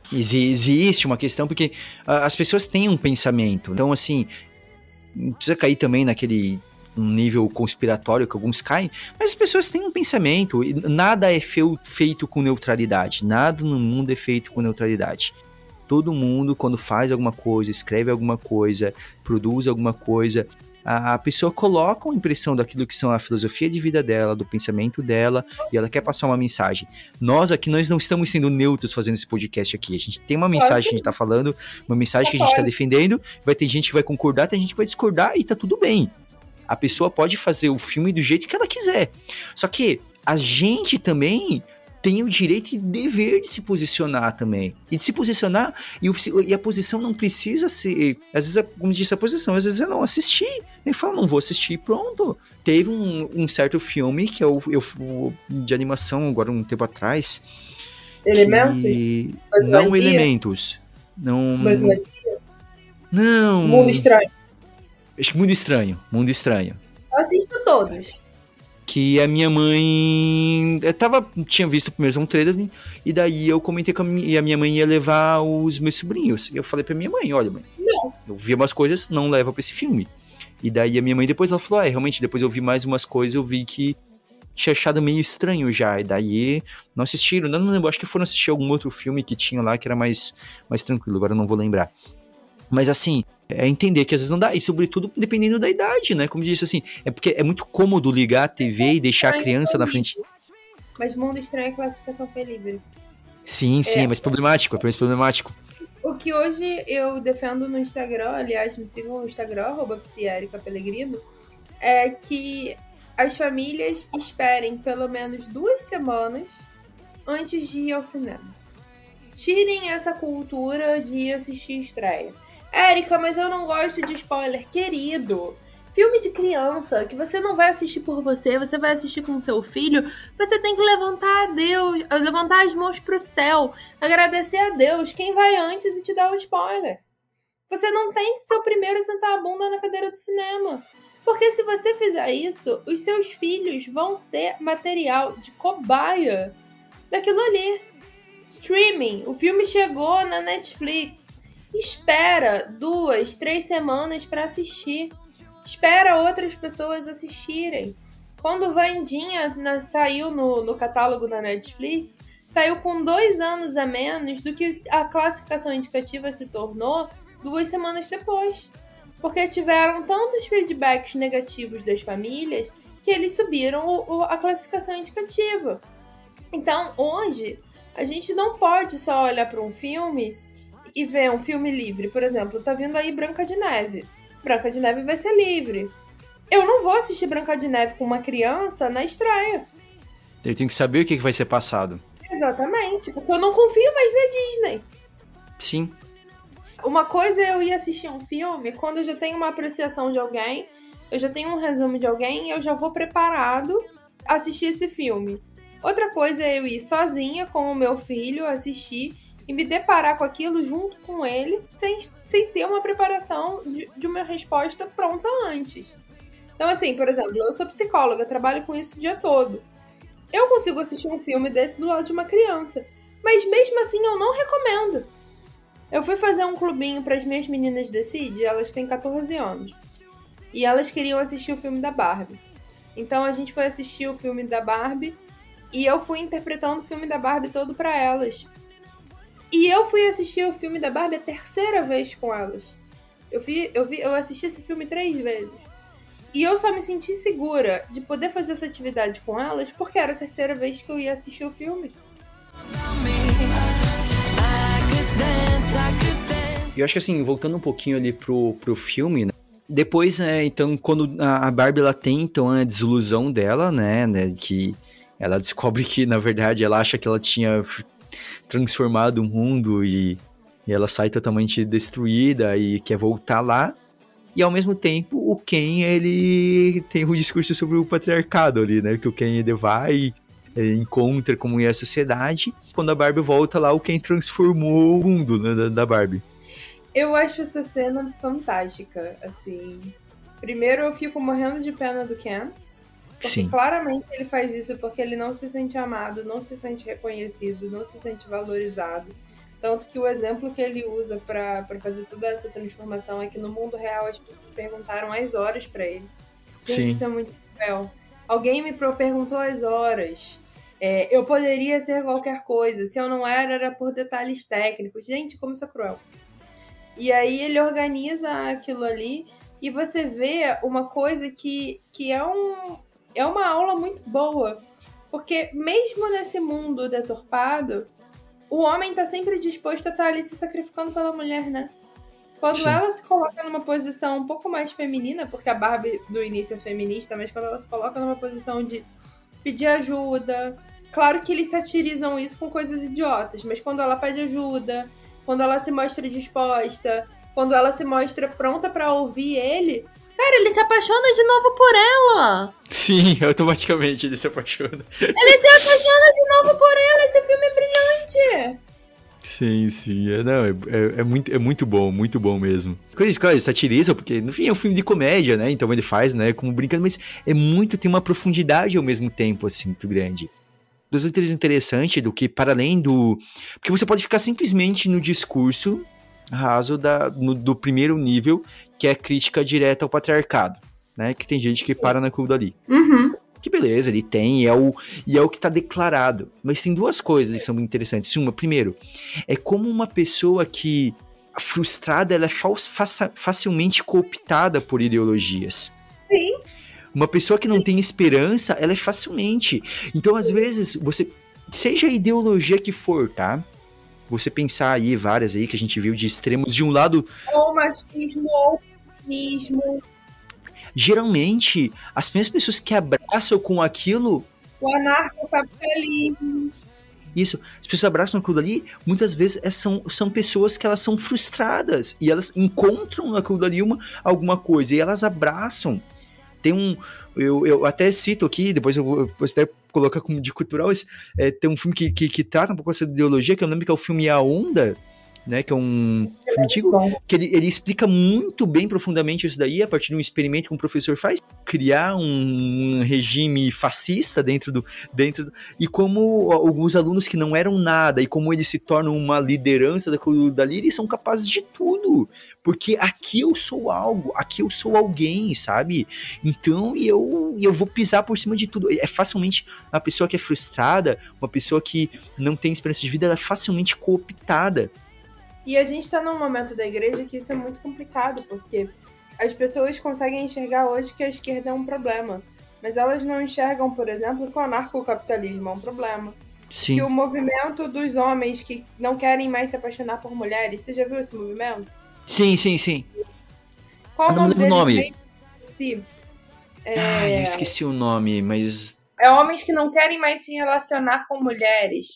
E: Existe uma questão, porque as pessoas têm um pensamento. Então, assim, não precisa cair também naquele nível conspiratório que alguns caem, mas as pessoas têm um pensamento, e nada é feito com neutralidade, nada no mundo é feito com neutralidade. Todo mundo, quando faz alguma coisa, escreve alguma coisa, produz alguma coisa, a pessoa coloca uma impressão daquilo que são a filosofia de vida dela, do pensamento dela, e ela quer passar uma mensagem. Nós não estamos sendo neutros fazendo esse podcast aqui, a gente tem uma mensagem que a gente tá falando, uma mensagem que a gente tá defendendo, vai ter gente que vai concordar, tem gente que vai discordar, e tá tudo bem. A pessoa pode fazer o filme do jeito que ela quiser. Só que a gente também tem o direito e dever de se posicionar também. E de se posicionar, e a posição não precisa ser... Às vezes, como disse a posição, às vezes eu não assisti. Eu falo, não vou assistir, pronto. Teve um certo filme que eu de animação, agora um tempo atrás,
C: Elementos? Buzz
E: Não
C: Lightyear?
E: elementos. Não.
C: Buzz Lightyear?
E: Não.
C: Mundo Estranho.
E: Acho que Mundo Estranho. Mundo Estranho.
C: Eu assisto todos.
E: Que a minha mãe tinha visto primeiro um trailer, e daí eu comentei e a minha mãe ia levar os meus sobrinhos. E eu falei pra minha mãe, olha, mãe,
C: Não.
E: eu vi umas coisas, não leva pra esse filme. E daí a minha mãe depois ela falou, realmente, depois eu vi mais umas coisas, eu vi que tinha achado meio estranho já. E daí não assistiram, não lembro, acho que foram assistir algum outro filme que tinha lá que era mais tranquilo, agora eu não vou lembrar. Mas assim, é entender que às vezes não dá, e sobretudo dependendo da idade, né? Como disse assim, é porque é muito cômodo ligar a TV e deixar a criança na frente.
C: Mas Mundo Estranho, a classificação foi livre.
E: Sim, é mais problemático, é mais problemático.
C: O que hoje eu defendo no Instagram, aliás, me sigam no Instagram, @psierica_pelegrino, é que as famílias esperem pelo menos 2 semanas antes de ir ao cinema. Tirem essa cultura de assistir estreia. Érica, mas eu não gosto de spoiler. Querido, filme de criança que você não vai assistir por você, você vai assistir com seu filho, você tem que levantar a Deus, levantar as mãos pro céu, agradecer a Deus quem vai antes e te dar o spoiler. Você não tem que ser o primeiro a sentar a bunda na cadeira do cinema. Porque se você fizer isso, os seus filhos vão ser material de cobaia daquilo ali. Streaming, o filme chegou na Netflix. Espera 2, 3 semanas para assistir. Espera outras pessoas assistirem. Quando Wandinha saiu no catálogo da Netflix, saiu com 2 anos a menos do que a classificação indicativa se tornou 2 semanas depois. Porque tiveram tantos feedbacks negativos das famílias que eles subiram a classificação indicativa. Então, hoje, a gente não pode só olhar para um filme e ver um filme livre. Por exemplo, tá vindo aí Branca de Neve. Branca de Neve vai ser livre. Eu não vou assistir Branca de Neve com uma criança na estreia.
E: Eu tenho que saber o que vai ser passado.
C: Exatamente, porque eu não confio mais na Disney.
E: Sim.
C: Uma coisa é eu ir assistir um filme quando eu já tenho uma apreciação de alguém, eu já tenho um resumo de alguém e eu já vou preparado a assistir esse filme. Outra coisa é eu ir sozinha com o meu filho assistir e me deparar com aquilo junto com ele, sem ter uma preparação de uma resposta pronta antes. Então, assim, por exemplo, eu sou psicóloga, trabalho com isso o dia todo. Eu consigo assistir um filme desse do lado de uma criança, mas mesmo assim eu não recomendo. Eu fui fazer um clubinho para as minhas meninas do CID, elas têm 14 anos, e elas queriam assistir o filme da Barbie. Então a gente foi assistir o filme da Barbie, e eu fui interpretando o filme da Barbie todo para elas. E eu fui assistir o filme da Barbie a 3ª vez com elas. Eu assisti esse filme 3 vezes. E eu só me senti segura de poder fazer essa atividade com elas porque era a 3ª vez que eu ia assistir o filme.
E: Eu acho que assim, voltando um pouquinho ali pro filme, né? Depois, né, então, quando a Barbie, ela tem, então, a desilusão dela, né, que ela descobre que, na verdade, ela acha que ela tinha transformado o mundo e ela sai totalmente destruída e quer voltar lá. E, ao mesmo tempo, o Ken, ele tem um discurso sobre o patriarcado ali, né, que o Ken, ele vai, encontra como é a sociedade. Quando a Barbie volta lá, o Ken transformou o mundo, né, da Barbie.
C: Eu acho essa cena fantástica, assim. Primeiro, eu fico morrendo de pena do Ken. Porque
E: Sim.
C: Claramente ele faz isso porque ele não se sente amado, não se sente reconhecido, não se sente valorizado. Tanto que o exemplo que ele usa pra fazer toda essa transformação é que no mundo real as pessoas perguntaram as horas pra ele. Gente,
E: Sim.
C: Isso é muito cruel. Alguém me perguntou as horas. Eu poderia ser qualquer coisa. Se eu não era por detalhes técnicos. Gente, como isso é cruel. E aí ele organiza aquilo ali e você vê uma coisa que é uma aula muito boa. Porque mesmo nesse mundo deturpado, o homem tá sempre disposto a estar ali se sacrificando pela mulher, né? Quando
E: Sim.
C: ela se coloca numa posição um pouco mais feminina, porque a Barbie do início é feminista, mas quando ela se coloca numa posição de pedir ajuda, claro que eles satirizam isso com coisas idiotas, mas quando ela pede ajuda, quando ela se mostra disposta, quando ela se mostra pronta pra ouvir ele, cara, ele se apaixona de novo por ela.
E: Sim, automaticamente ele se apaixona.
C: Ele se apaixona de novo por ela. Esse filme é Gente!
E: Sim, sim. É muito bom mesmo. Coisa, claro, eles satirizam, porque, no fim, é um filme de comédia, né? Então ele faz, né, como brincando, mas tem uma profundidade ao mesmo tempo, assim, muito grande. Dos letras interessante do que, para além do... Porque você pode ficar simplesmente no discurso raso do primeiro nível, que é a crítica direta ao patriarcado, né? Que tem gente que para naquilo dali.
C: Uhum.
E: Que beleza, ele tem, e é o que tá declarado. Mas tem duas coisas que são muito interessantes. Uma, primeiro, é como uma pessoa que, frustrada, ela é facilmente cooptada por ideologias.
C: Sim.
E: Uma pessoa que não tem esperança, ela é facilmente. Então, às vezes, seja a ideologia que for, tá? Você pensar aí, várias aí que a gente viu de extremos, de um lado...
C: Ou machismo, ou feminismo.
E: Geralmente, as primeiras pessoas que abraçam com aquilo...
C: O anarcocapitalismo.
E: Isso, as pessoas abraçam aquilo ali, muitas vezes são pessoas que elas são frustradas, e elas encontram naquilo dali alguma coisa, e elas abraçam. Tem eu até cito aqui, depois eu vou até colocar como de cultural, tem um filme que trata um pouco essa ideologia, que eu lembro que é o filme A Onda, né, que é um filme antigo, que ele explica muito bem, profundamente isso daí, a partir de um experimento que um professor faz, criar um regime fascista dentro e como alguns alunos que não eram nada, e como eles se tornam uma liderança dali, eles são capazes de tudo, porque aqui eu sou algo, aqui eu sou alguém, sabe? Então eu vou pisar por cima de tudo. É facilmente, uma pessoa que é frustrada, uma pessoa que não tem esperança de vida, ela é facilmente cooptada.
C: E a gente tá num momento da igreja que isso é muito complicado, porque as pessoas conseguem enxergar hoje que a esquerda é um problema, mas elas não enxergam, por exemplo, que o anarcocapitalismo é um problema.
E: Sim.
C: Que o movimento dos homens que não querem mais se apaixonar por mulheres, você já viu esse movimento?
E: Sim, sim, sim.
C: Qual o nome dele?
E: Nome.
C: Sim.
E: Eu esqueci o nome, mas...
C: É homens que não querem mais se relacionar com mulheres.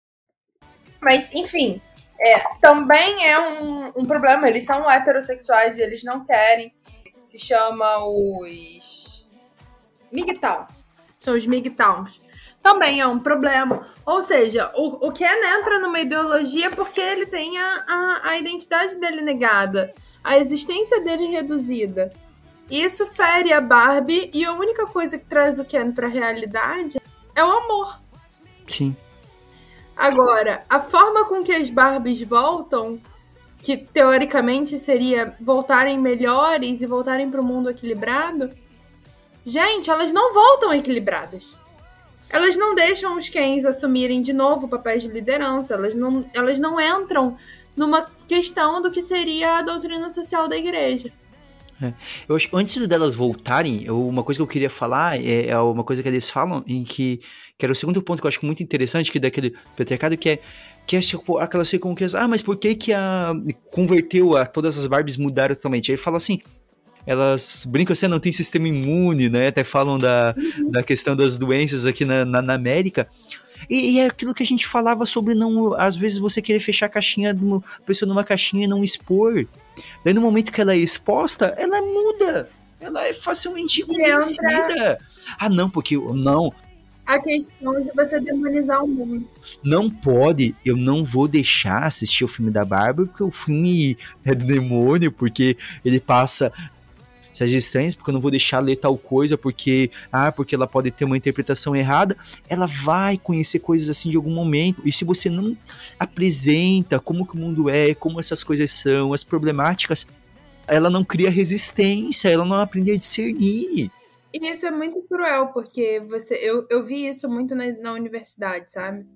C: Mas, enfim... também é um problema. Eles são heterossexuais e eles não querem. Se chama os MGTOW. São os MGTOWs. Também é um problema. Ou seja, o Ken entra numa ideologia porque ele tem a identidade dele negada, a existência dele reduzida. Isso fere a Barbie, e a única coisa que traz o Ken pra realidade é o amor.
E: Sim.
C: Agora, a forma com que as Barbies voltam, que teoricamente seria voltarem melhores e voltarem para o mundo equilibrado, gente, elas não voltam equilibradas. Elas não deixam os Kens assumirem de novo papéis de liderança, elas não entram numa questão do que seria a doutrina social da igreja.
E: Eu acho que antes delas voltarem, uma coisa que eu queria falar é uma coisa que eles falam, em que era o segundo ponto que eu acho muito interessante, que daquele patriarcado, que é aquelas ficam que mas por que converteu a todas as Barbies mudaram totalmente? Aí fala assim, elas brincam assim, não tem sistema imune, né? Até falam da questão das doenças aqui na América. E é aquilo que a gente falava sobre às vezes você querer fechar a caixinha de uma pessoa numa caixinha e não expor. Daí no momento que ela é exposta, ela muda. Ela é facilmente convencida. Não, porque não.
C: A questão de você demonizar o mundo.
E: Não pode, eu não vou deixar assistir o filme da Barbie, porque o filme é do demônio, porque ele passa coisas estranhas, porque eu não vou deixar ler tal coisa, porque ela pode ter uma interpretação errada. Ela vai conhecer coisas assim de algum momento, e se você não apresenta como que o mundo é, como essas coisas são, as problemáticas, ela não cria resistência, ela não aprende a discernir.
C: E isso é muito cruel, porque eu vi isso muito na universidade, sabe?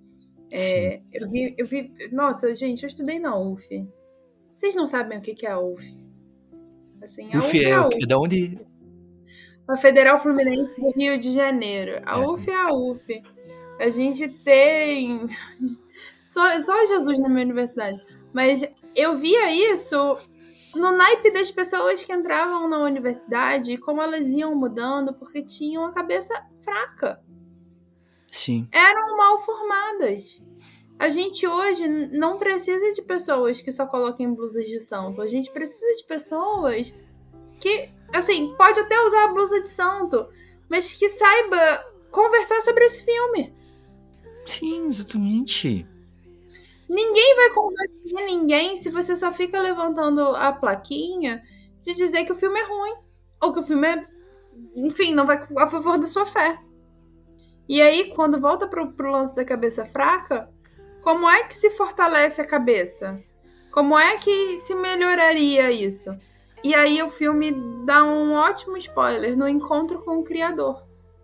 C: Eu vi... Nossa, gente, eu estudei na UF. Vocês não sabem o que é a UF? Assim, a UF é a UF.
E: Da onde?
C: A Federal Fluminense do Rio de Janeiro. A UF é a UF. A gente tem... Só Jesus na minha universidade. Mas eu via isso no naipe das pessoas que entravam na universidade e como elas iam mudando porque tinham a cabeça fraca.
E: Sim.
C: Eram mal formadas. A gente hoje não precisa de pessoas que só coloquem blusas de santo. A gente precisa de pessoas que, assim, pode até usar a blusa de santo, mas que saiba conversar sobre esse filme.
E: Sim, exatamente.
C: Ninguém vai convencer ninguém se você só fica levantando a plaquinha de dizer que o filme é ruim. Ou que o filme é... Enfim, não vai a favor da sua fé. E aí, quando volta pro lance da cabeça fraca, como é que se fortalece a cabeça? Como é que se melhoraria isso? E aí o filme dá um ótimo spoiler no encontro com o criador.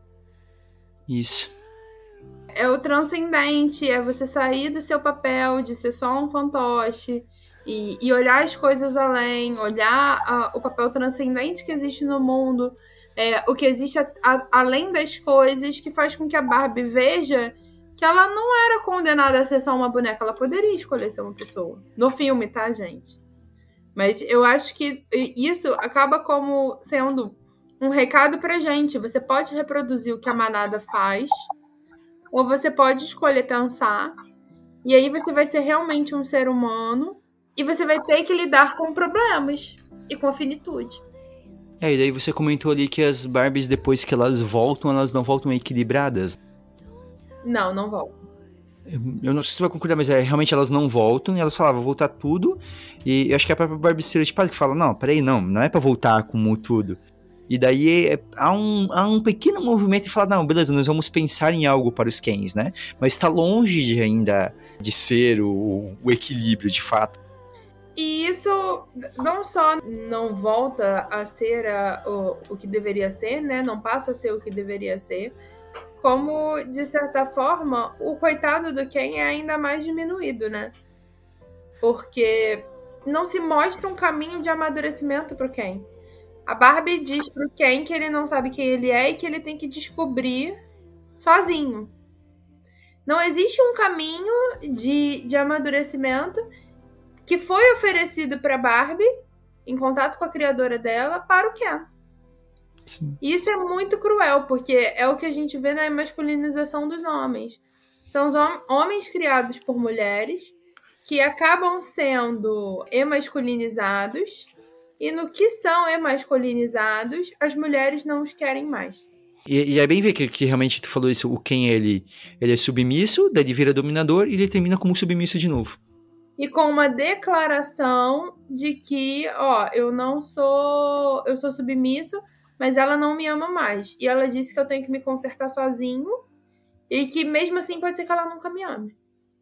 E: Isso.
C: É o transcendente, é você sair do seu papel de ser só um fantoche e olhar as coisas além, olhar o papel transcendente que existe no mundo, o que existe além das coisas, que faz com que a Barbie veja que ela não era condenada a ser só uma boneca, ela poderia escolher ser uma pessoa. No filme, tá, gente? Mas eu acho que isso acaba como sendo um recado pra gente. Você pode reproduzir o que a manada faz, ou você pode escolher pensar, e aí você vai ser realmente um ser humano, e você vai ter que lidar com problemas e com a finitude.
E: E daí você comentou ali que as Barbies, depois que elas voltam, elas não voltam equilibradas.
C: Não volta.
E: Eu não sei se você vai concordar, mas realmente elas não voltam, e elas falavam, voltar tudo, e eu acho que é a própria Barbie estereotipada que fala, não, peraí, não é pra voltar como tudo. E daí há um pequeno movimento de falar, não, beleza, nós vamos pensar em algo para os Kens, né? Mas está longe ainda de ser o equilíbrio, de fato.
C: E isso não só não volta a ser o que deveria ser, né? Não passa a ser o que deveria ser, como, de certa forma, o coitado do Ken é ainda mais diminuído, né? Porque não se mostra um caminho de amadurecimento pro Ken. A Barbie diz pro Ken que ele não sabe quem ele é e que ele tem que descobrir sozinho. Não existe um caminho de amadurecimento que foi oferecido pra Barbie, em contato com a criadora dela, para o Ken.
E: Sim.
C: E isso é muito cruel, porque é o que a gente vê na masculinização dos homens. São os homens criados por mulheres que acabam sendo emasculinizados, e no que são emasculinizados, as mulheres não os querem mais.
E: E é bem ver que realmente tu falou isso, o Ken, ele é submisso, daí ele vira dominador e ele termina como submisso de novo.
C: E com uma declaração de que, eu sou submisso, mas ela não me ama mais. E ela disse que eu tenho que me consertar sozinho e que mesmo assim pode ser que ela nunca me ame.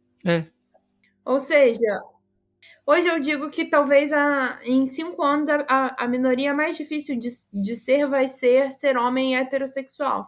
C: Ou seja, hoje eu digo que talvez em 5 anos a minoria mais difícil de ser vai ser homem heterossexual.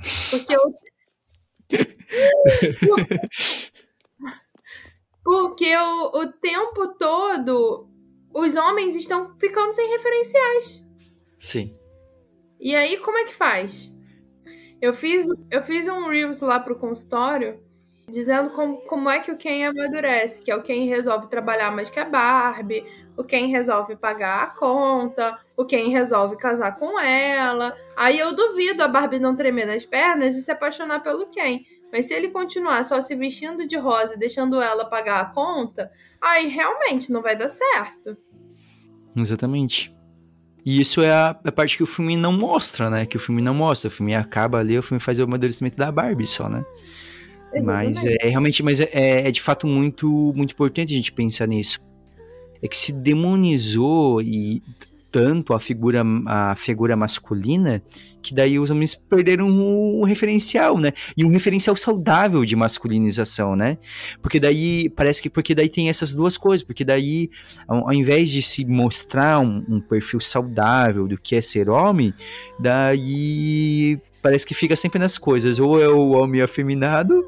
C: Porque o tempo todo os homens estão ficando sem referenciais.
E: Sim.
C: E aí, como é que faz? Eu fiz um Reels lá pro consultório dizendo como é que o Ken amadurece, que é o Ken resolve trabalhar mais que a Barbie, o Ken resolve pagar a conta, o Ken resolve casar com ela. Aí eu duvido a Barbie não tremer nas pernas e se apaixonar pelo Ken. Mas se ele continuar só se vestindo de rosa e deixando ela pagar a conta, aí realmente não vai dar certo.
E: Exatamente. E isso é a parte que o filme não mostra, né? Que o filme não mostra. O filme acaba ali, o filme faz o amadurecimento da Barbie só, né?
C: Exatamente.
E: Mas é de fato muito, muito importante a gente pensar nisso. É que se demonizou tanto a figura masculina, que daí os homens perderam o referencial, né? E um referencial saudável de masculinização, né? Porque daí, porque daí tem essas duas coisas, porque daí, ao invés de se mostrar um perfil saudável do que é ser homem, daí parece que fica sempre nas coisas, ou é o homem afeminado,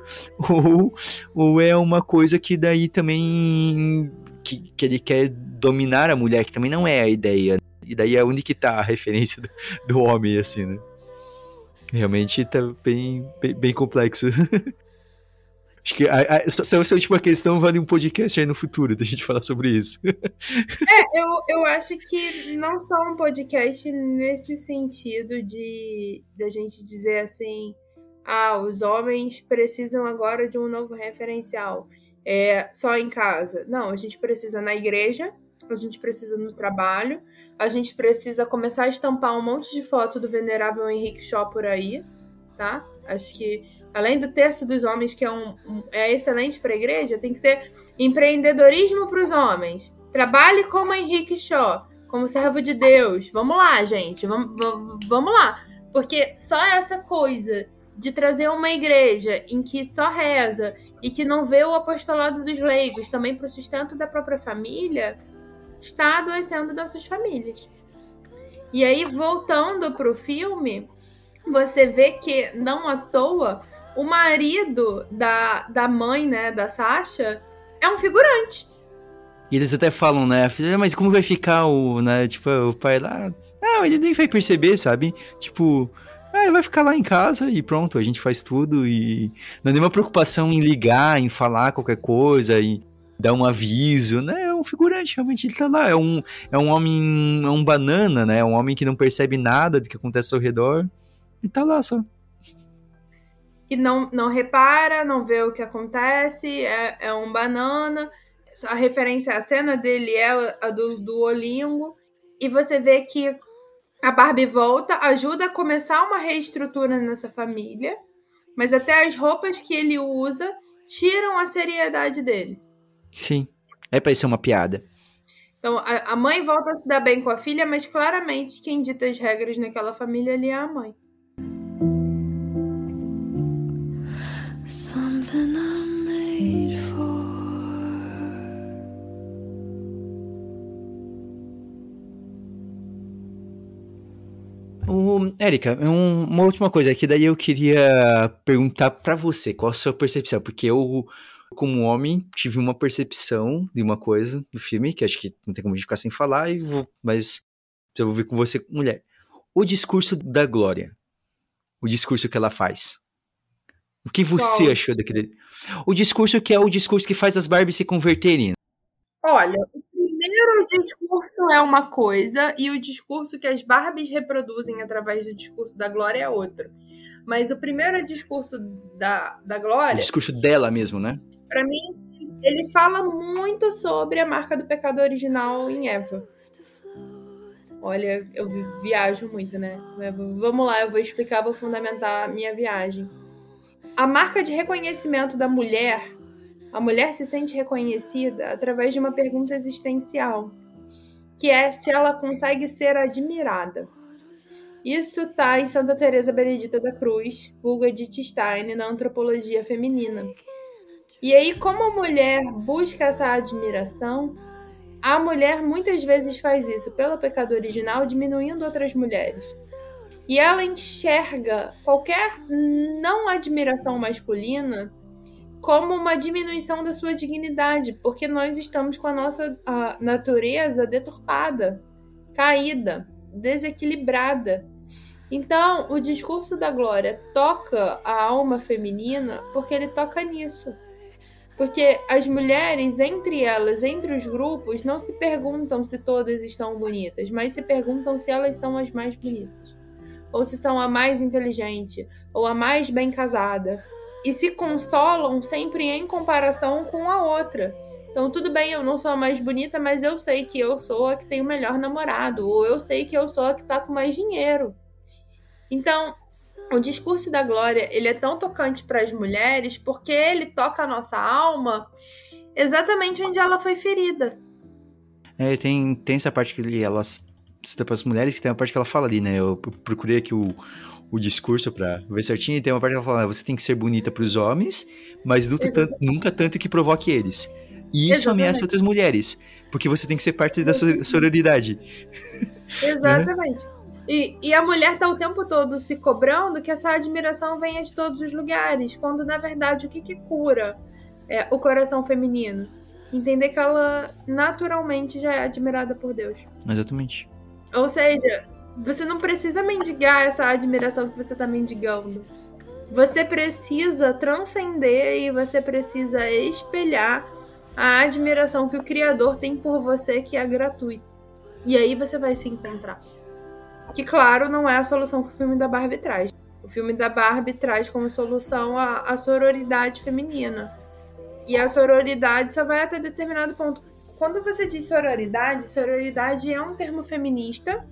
E: ou é uma coisa que daí também... Que ele quer dominar a mulher, que também não é a ideia. E daí é onde que tá a referência do homem, assim, né? Realmente tá bem complexo. Acho que essa última questão vale um podcast aí no futuro, da gente falar sobre isso.
C: Eu acho que não só um podcast nesse sentido de a gente dizer assim, os homens precisam agora de um novo referencial. Só em casa. Não, a gente precisa na igreja, a gente precisa no trabalho, a gente precisa começar a estampar um monte de foto do venerável Henrique Shaw por aí, tá? Acho que além do terço dos homens, que é excelente para a igreja, tem que ser empreendedorismo para os homens. Trabalhe como Henrique Shaw, como servo de Deus. Vamos lá, gente, vamos lá. Porque só essa coisa de trazer uma igreja em que só reza e que não vê o apostolado dos leigos também para o sustento da própria família, está adoecendo nossas famílias. E aí, voltando pro filme, você vê que, não à toa, o marido da mãe, né, da Sasha, é um figurante.
E: E eles até falam, né, filha, mas como vai ficar né, tipo, o pai lá? Não, ele nem vai perceber, sabe? Tipo, vai ficar lá em casa e pronto, a gente faz tudo e não é nenhuma preocupação em ligar, em falar qualquer coisa e dar um aviso, né? É um figurante, realmente ele tá lá, é um homem, é um banana, né? É um homem que não percebe nada do que acontece ao redor e tá lá só.
C: E não repara, não vê o que acontece, é um banana. A referência à cena dele é a do Olingo. E você vê que a Barbie volta, ajuda a começar uma reestrutura nessa família, mas até as roupas que ele usa tiram a seriedade dele.
E: Sim, é pra isso ser uma piada.
C: Então, a mãe volta a se dar bem com a filha, mas claramente quem dita as regras naquela família ali é a mãe. Something I'm made for.
E: Érica, uma última coisa aqui, daí eu queria perguntar pra você, qual a sua percepção, porque eu, como homem, tive uma percepção de uma coisa do filme, que acho que não tem como a gente ficar sem falar, mas eu vou ver com você, mulher. O discurso da Glória, o discurso que ela faz, o que você achou daquele... O discurso que é o discurso que faz as Barbies se converterem.
C: Olha, o primeiro discurso é uma coisa e o discurso que as Barbies reproduzem através do discurso da Glória é outro. Mas o primeiro discurso da Glória...
E: O discurso dela mesmo, né?
C: Pra mim, ele fala muito sobre a marca do pecado original em Eva. Olha, eu viajo muito, né? Vamos lá, eu vou explicar, vou fundamentar a minha viagem. A marca de reconhecimento da mulher, a mulher se sente reconhecida através de uma pergunta existencial, que é se ela consegue ser admirada. Isso está em Santa Teresa Benedita da Cruz, vulga Edith Stein, na antropologia feminina. E aí, como a mulher busca essa admiração, a mulher muitas vezes faz isso pelo pecado original, diminuindo outras mulheres. E ela enxerga qualquer não admiração masculina como uma diminuição da sua dignidade, porque nós estamos com a nossa natureza deturpada, caída, desequilibrada. Então, o discurso da Glória toca a alma feminina porque ele toca nisso. Porque as mulheres, entre elas, entre os grupos, não se perguntam se todas estão bonitas, mas se perguntam se elas são as mais bonitas. Ou se são a mais inteligente, ou a mais bem casada. E se consolam sempre em comparação com a outra. Então, tudo bem, eu não sou a mais bonita, mas eu sei que eu sou a que tem o melhor namorado. Ou eu sei que eu sou a que tá com mais dinheiro. Então, o discurso da Glória, ele é tão tocante para as mulheres porque ele toca a nossa alma exatamente onde ela foi ferida.
E: Tem essa parte que ela cita para as mulheres, que tem uma parte que ela fala ali, né? Eu procurei aqui o discurso pra ver certinho, e tem uma parte que ela fala, você tem que ser bonita pros homens, mas nunca tanto que provoque eles. E isso ameaça outras mulheres, porque você tem que ser parte da sororidade.
C: Exatamente. E a mulher tá o tempo todo se cobrando que essa admiração venha de todos os lugares, quando na verdade o que cura o coração feminino? Entender que ela naturalmente já é admirada por Deus.
E: Exatamente.
C: Ou seja, você não precisa mendigar essa admiração que você tá mendigando. Você precisa transcender e você precisa espelhar a admiração que o Criador tem por você, que é gratuita. E aí você vai se encontrar. Que, claro, não é a solução que o filme da Barbie traz. O filme da Barbie traz como solução a sororidade feminina. E a sororidade só vai até determinado ponto. Quando você diz sororidade é um termo feminista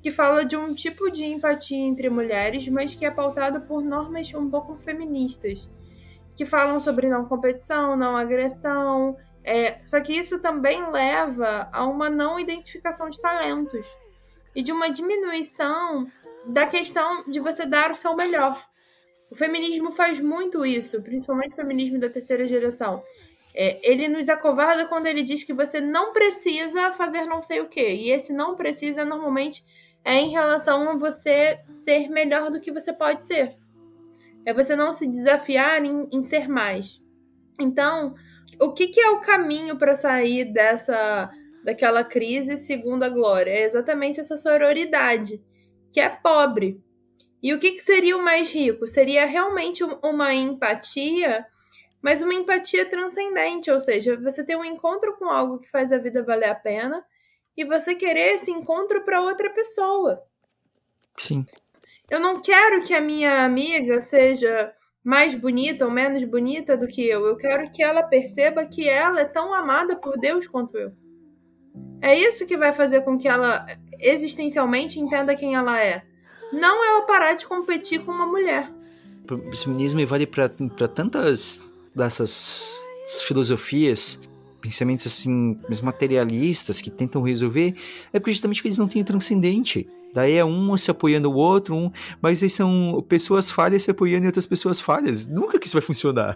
C: que fala de um tipo de empatia entre mulheres, mas que é pautado por normas um pouco feministas, que falam sobre não competição, não agressão. Só que isso também leva a uma não identificação de talentos e de uma diminuição da questão de você dar o seu melhor. O feminismo faz muito isso, principalmente o feminismo da terceira geração. Ele nos acovarda quando ele diz que você não precisa fazer não sei o quê. E esse não precisa, normalmente, é em relação a você ser melhor do que você pode ser. É você não se desafiar em ser mais. Então, o que é o caminho para sair daquela crise segundo a Glória? É exatamente essa sororidade, que é pobre. E o que seria o mais rico? Seria realmente uma empatia, mas uma empatia transcendente, ou seja, você ter um encontro com algo que faz a vida valer a pena e você querer esse encontro para outra pessoa.
E: Sim.
C: Eu não quero que a minha amiga seja mais bonita ou menos bonita do que eu. Eu quero que ela perceba que ela é tão amada por Deus quanto eu. É isso que vai fazer com que ela existencialmente entenda quem ela é. Não ela parar de competir com uma mulher.
E: O feminismo vale para tantas dessas filosofias, pensamentos assim, materialistas que tentam resolver, é porque justamente eles não têm o transcendente. Daí é um se apoiando o outro, mas aí são pessoas falhas se apoiando em outras pessoas falhas. Nunca que isso vai funcionar.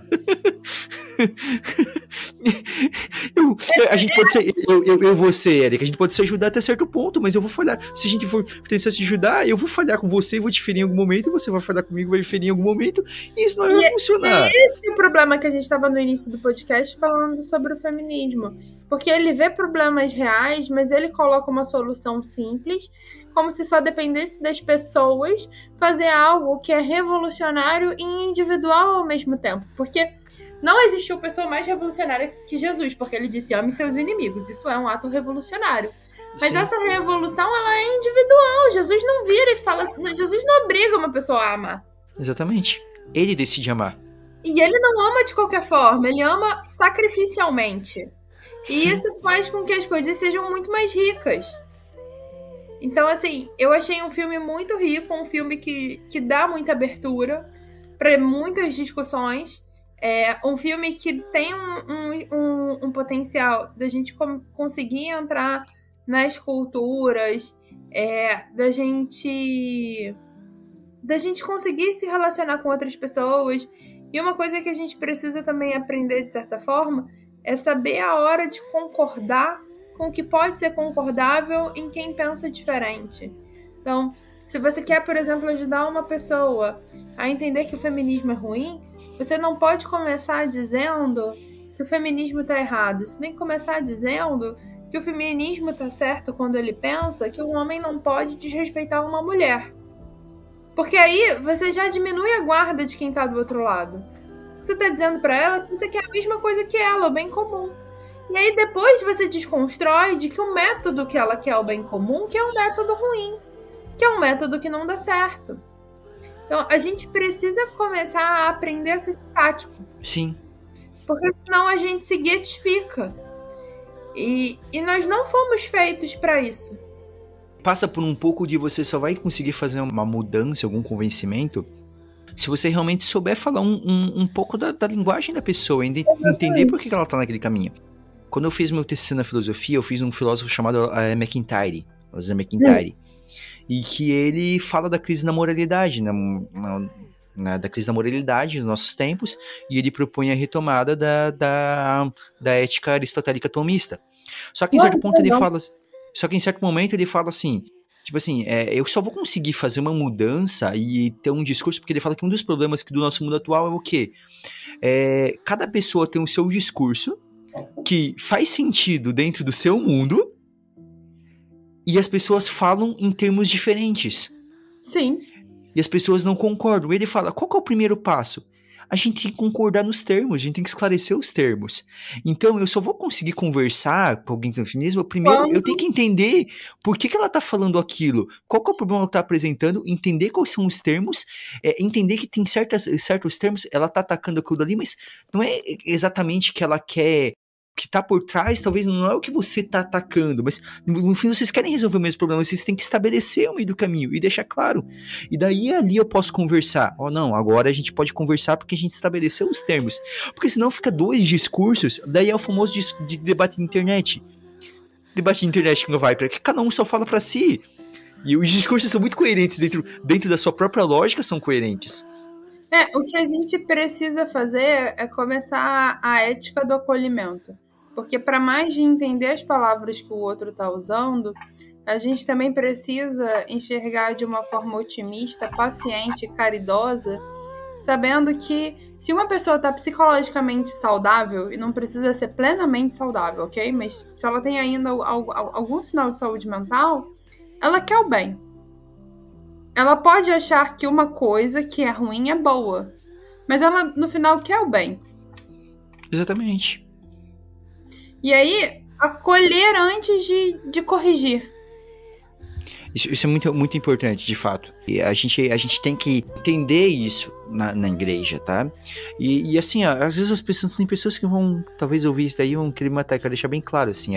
E: A gente pode ser, eu vou ser, Erika, a gente pode se ajudar até certo ponto, mas eu vou falhar. Se a gente for tentar se ajudar, eu vou falhar com você, vou diferir em algum momento, você vai falhar comigo, vai diferir em algum momento, e isso não vai funcionar.
C: Esse é o problema que a gente estava no início do podcast falando sobre o feminismo. Porque ele vê problemas reais, mas ele coloca uma solução simples, como se só dependesse das pessoas fazer algo que é revolucionário e individual ao mesmo tempo. Porque não existiu pessoa mais revolucionária que Jesus, porque ele disse, ame seus inimigos. Isso é um ato revolucionário. Mas sim, essa revolução, ela é individual. Jesus não vira e fala... Jesus não obriga uma pessoa a amar.
E: Exatamente. Ele decide amar.
C: E ele não ama de qualquer forma. Ele ama sacrificialmente. Sim. E isso faz com que as coisas sejam muito mais ricas. Então, assim, eu achei um filme muito rico, um filme que dá muita abertura para muitas discussões. Um filme que tem um potencial da gente conseguir entrar nas culturas, da gente conseguir se relacionar com outras pessoas. E uma coisa que a gente precisa também aprender, de certa forma, é saber a hora de concordar com o que pode ser concordável em quem pensa diferente. Então, se você quer, por exemplo, ajudar uma pessoa a entender que o feminismo é ruim, você não pode começar dizendo que o feminismo está errado. Você tem que começar dizendo que o feminismo está certo quando ele pensa que um homem não pode desrespeitar uma mulher. Porque aí você já diminui a guarda de quem está do outro lado. Você está dizendo para ela que você quer a mesma coisa que ela, o bem comum. E aí depois você desconstrói de que o método que ela quer, o bem comum, que é um método ruim. Que é um método que não dá certo. Então, a gente precisa começar a aprender a ser simpático.
E: Sim.
C: Porque senão a gente se guetifica. E nós não fomos feitos para isso.
E: Passa por um pouco de você só vai conseguir fazer uma mudança, algum convencimento, se você realmente souber falar um pouco da linguagem da pessoa, entender por que ela tá naquele caminho. Quando eu fiz meu TCC na filosofia, eu fiz um filósofo chamado McIntyre. E que ele fala da crise da moralidade, da crise da moralidade nos nossos tempos, e ele propõe a retomada da ética aristotélica tomista. Só que em certo ponto ele fala... Só que em certo momento ele fala assim, tipo assim, eu só vou conseguir fazer uma mudança e ter um discurso, porque ele fala que um dos problemas do nosso mundo atual é o quê? Cada pessoa tem o seu discurso que faz sentido dentro do seu mundo, e as pessoas falam em termos diferentes.
C: Sim.
E: E as pessoas não concordam. Ele fala, qual que é o primeiro passo? A gente tem que concordar nos termos, a gente tem que esclarecer os termos. Então, eu só vou conseguir conversar com alguém do feminismo, primeiro eu tenho que entender por que ela tá falando aquilo, qual que é o problema que ela tá apresentando, entender quais são os termos, entender que tem certos termos, ela tá atacando aquilo ali, mas não é exatamente que ela quer que tá por trás talvez não é o que você tá atacando, mas no fim vocês querem resolver o mesmo problema, vocês têm que estabelecer o meio do caminho e deixar claro. E daí ali eu posso conversar. Não, agora a gente pode conversar porque a gente estabeleceu os termos. Porque senão fica 2 discursos, daí é o famoso de debate na internet. Debate na internet que não vai, porque cada um só fala pra si. E os discursos são muito coerentes dentro da sua própria lógica, são coerentes.
C: O que a gente precisa fazer é começar a ética do acolhimento. Porque para mais de entender as palavras que o outro está usando, a gente também precisa enxergar de uma forma otimista, paciente e caridosa, sabendo que se uma pessoa está psicologicamente saudável, e não precisa ser plenamente saudável, ok? Mas se ela tem ainda algum sinal de saúde mental, ela quer o bem. Ela pode achar que uma coisa que é ruim é boa, mas ela, no final, quer o bem.
E: Exatamente.
C: E aí, acolher antes de corrigir.
E: Isso é muito, muito importante, de fato. E a gente tem que entender isso na igreja, tá? E assim, às vezes tem pessoas que vão, talvez ouvir isso daí e vão querer matar. Eu quero deixar bem claro, assim,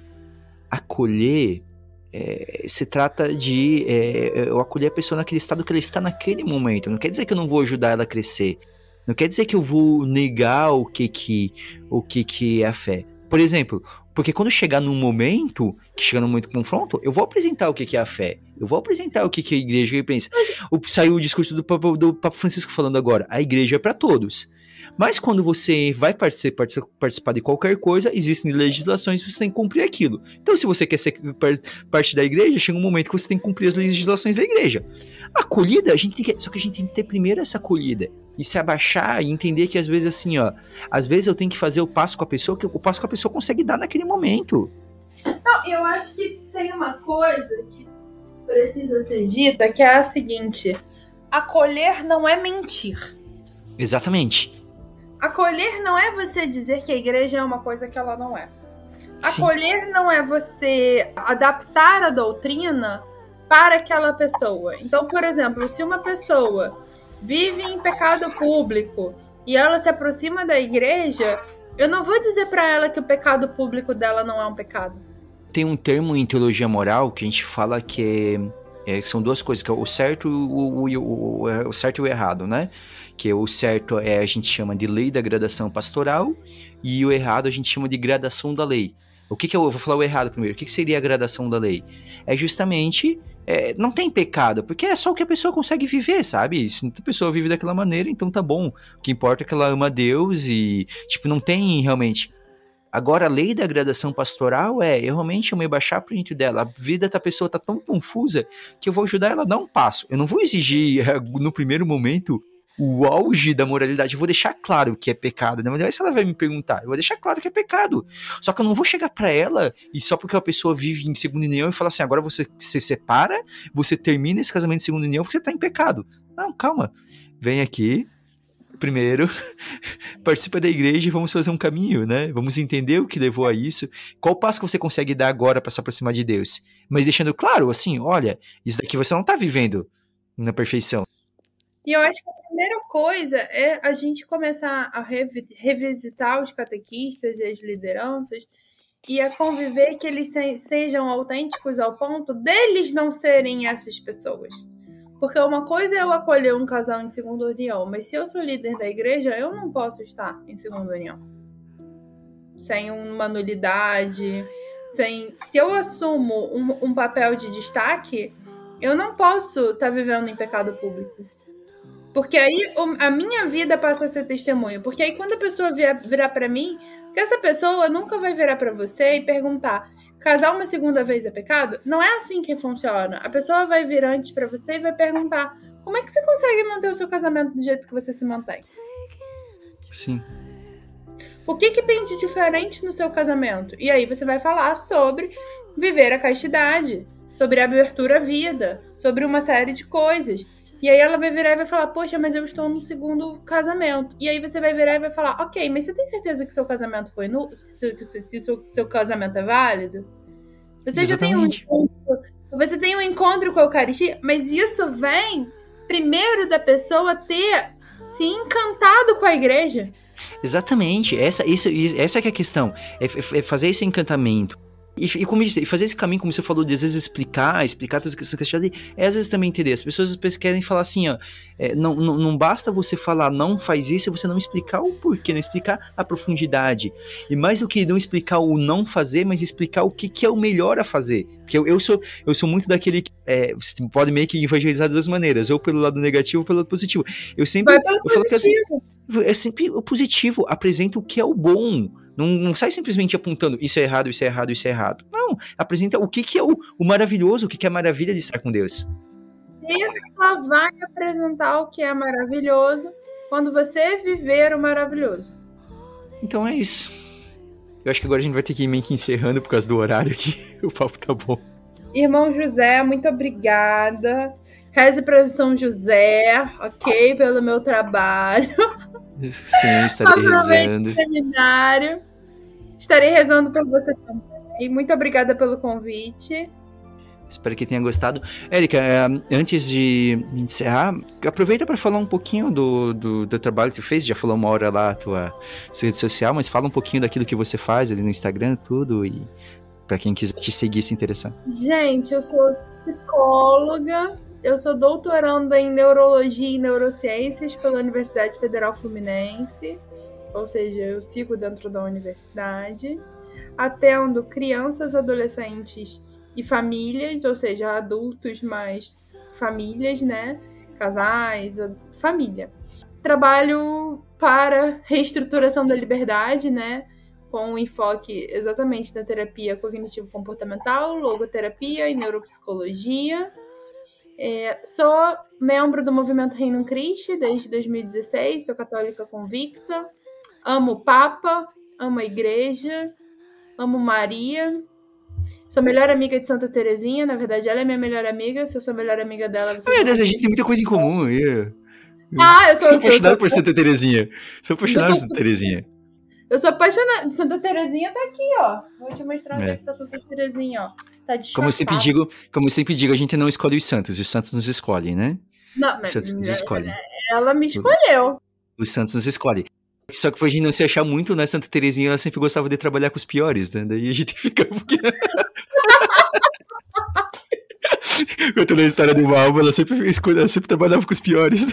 E: acolher se trata de eu acolher a pessoa naquele estado que ela está naquele momento. Não quer dizer que eu não vou ajudar ela a crescer. Não quer dizer que eu vou negar o que é a fé. Por exemplo, porque quando chegar num momento de confronto, eu vou apresentar o que é a fé. Eu vou apresentar o que a igreja pensa. Saiu o discurso do Papa Francisco falando agora. A igreja é para todos. Mas quando você vai participar de qualquer coisa, existem legislações e você tem que cumprir aquilo. Então, se você quer ser parte da igreja, chega um momento que você tem que cumprir as legislações da igreja. A acolhida, só que a gente tem que ter primeiro essa acolhida. E se abaixar e entender que às vezes assim, às vezes eu tenho que fazer o passo com a pessoa, que o passo com a pessoa consegue dar naquele momento.
C: Não, eu acho que tem uma coisa que precisa ser dita, que é a seguinte: acolher não é mentir.
E: Exatamente.
C: Acolher não é você dizer que a igreja é uma coisa que ela não é. Acolher Sim. Não é você adaptar a doutrina para aquela pessoa. Então, por exemplo, se uma pessoa vive em pecado público e ela se aproxima da igreja, eu não vou dizer para ela que o pecado público dela não é um pecado.
E: Tem um termo em teologia moral que a gente fala que são 2 coisas, que é o certo o certo e o errado, né? Que o certo a gente chama de lei da gradação pastoral e o errado a gente chama de gradação da lei. O que eu vou falar o errado primeiro? O que seria a gradação da lei? É justamente não tem pecado, porque é só o que a pessoa consegue viver, sabe? Se a pessoa vive daquela maneira, então tá bom. O que importa é que ela ama Deus e, não tem realmente. Agora, a lei da gradação pastoral eu realmente me baixar por dentro dela. A vida da pessoa tá tão confusa que eu vou ajudar ela a dar um passo. Eu não vou exigir, no primeiro momento, o auge da moralidade. Eu vou deixar claro que é pecado, né? Mas aí se ela vai me perguntar, eu vou deixar claro que é pecado. Só que eu não vou chegar pra ela e só porque a pessoa vive em segunda união e falar assim, agora você se separa, você termina esse casamento em segunda união porque você tá em pecado. Não, calma. Vem aqui, primeiro, participa da igreja e vamos fazer um caminho, né? Vamos entender o que levou a isso. Qual passo que você consegue dar agora para se aproximar de Deus? Mas deixando claro, assim, olha, isso daqui você não tá vivendo na perfeição.
C: E eu acho que a primeira coisa é a gente começar a revisitar os catequistas e as lideranças e a conviver que eles sejam autênticos ao ponto deles não serem essas pessoas. Porque uma coisa é eu acolher um casal em segunda união, mas se eu sou líder da igreja, eu não posso estar em segunda união. Sem uma nulidade, se eu assumo um papel de destaque, eu não posso estar vivendo em pecado público. Porque aí a minha vida passa a ser testemunho. Porque aí quando a pessoa virar pra mim, porque essa pessoa nunca vai virar pra você e perguntar: casar uma segunda vez é pecado? Não é assim que funciona. A pessoa vai vir antes pra você e vai perguntar: como é que você consegue manter o seu casamento do jeito que você se mantém?
E: Sim.
C: O que tem de diferente no seu casamento? E aí você vai falar sobre viver a castidade, sobre a abertura à vida, sobre uma série de coisas. E aí ela vai virar e vai falar: poxa, mas eu estou no segundo casamento. E aí você vai virar e vai falar: ok, mas você tem certeza que seu casamento foi nulo? Se seu casamento é válido? Você já tem você tem um encontro com a Eucaristia, mas isso vem primeiro da pessoa ter se encantado com a igreja.
E: Exatamente, essa é que é a questão, é fazer esse encantamento. E como eu disse, fazer esse caminho, como você falou, de às vezes explicar todas as questões que às vezes também entender. As pessoas querem falar assim, ó, não basta você falar, não faz isso, e você não explicar o porquê, não explicar a profundidade. E mais do que não explicar o não fazer, mas explicar o que é o melhor a fazer. Porque eu sou muito daquele que, você pode meio que evangelizar de duas maneiras, ou pelo lado negativo ou pelo lado positivo. Eu falo que assim, é sempre o positivo, apresenta o que é o bom. Não sai simplesmente apontando isso é errado, isso é errado, isso é errado. Não, apresenta o que é o maravilhoso, o que é a maravilha de estar com Deus.
C: Você só vai apresentar o que é maravilhoso quando você viver o maravilhoso.
E: Então é isso. Eu acho que agora a gente vai ter que ir meio que encerrando por causa do horário aqui. O papo tá bom.
C: Irmão José, muito obrigada. Reze para São José, ok? Pelo meu trabalho.
E: Sim, estarei rezando.
C: O seminário. Estarei rezando por você também. Muito obrigada pelo convite.
E: Espero que tenha gostado. Érica, antes de encerrar, aproveita para falar um pouquinho do trabalho que tu fez. Já falou uma hora lá a tua rede social, mas fala um pouquinho daquilo que você faz ali no Instagram, tudo, e para quem quiser te seguir e se interessar.
C: Gente, eu sou psicóloga. Eu sou doutoranda em Neurologia e Neurociências pela Universidade Federal Fluminense, ou seja, eu sigo dentro da universidade, atendo crianças, adolescentes e famílias, ou seja, adultos mais famílias, né? Casais, família. Trabalho para reestruturação da liberdade, né? Com um enfoque exatamente na terapia cognitivo-comportamental, logoterapia e neuropsicologia. Sou membro do movimento Reino Christi desde 2016, sou católica convicta, amo o Papa, amo a Igreja, amo Maria, sou melhor amiga de Santa Terezinha, na verdade ela é minha melhor amiga, se eu sou a melhor amiga dela...
E: Meu Deus, a gente tem muita coisa em comum aí.
C: Eu
E: sou apaixonado por Santa Terezinha. Sou apaixonado por Santa Terezinha.
C: Eu sou apaixonada. Santa Terezinha tá aqui, ó. Vou te mostrar onde é que tá Santa Terezinha, ó. Tá disfarçada.
E: Como eu sempre digo, a gente não escolhe os santos nos escolhem, né?
C: Não, mas
E: os santos nos escolhem.
C: Ela me escolheu.
E: Os santos nos escolhem. Só que pra gente não se achar muito, né? Santa Terezinha, ela sempre gostava de trabalhar com os piores, né? Daí a gente fica... Contando a história de uma alma, ela sempre trabalhava com os piores.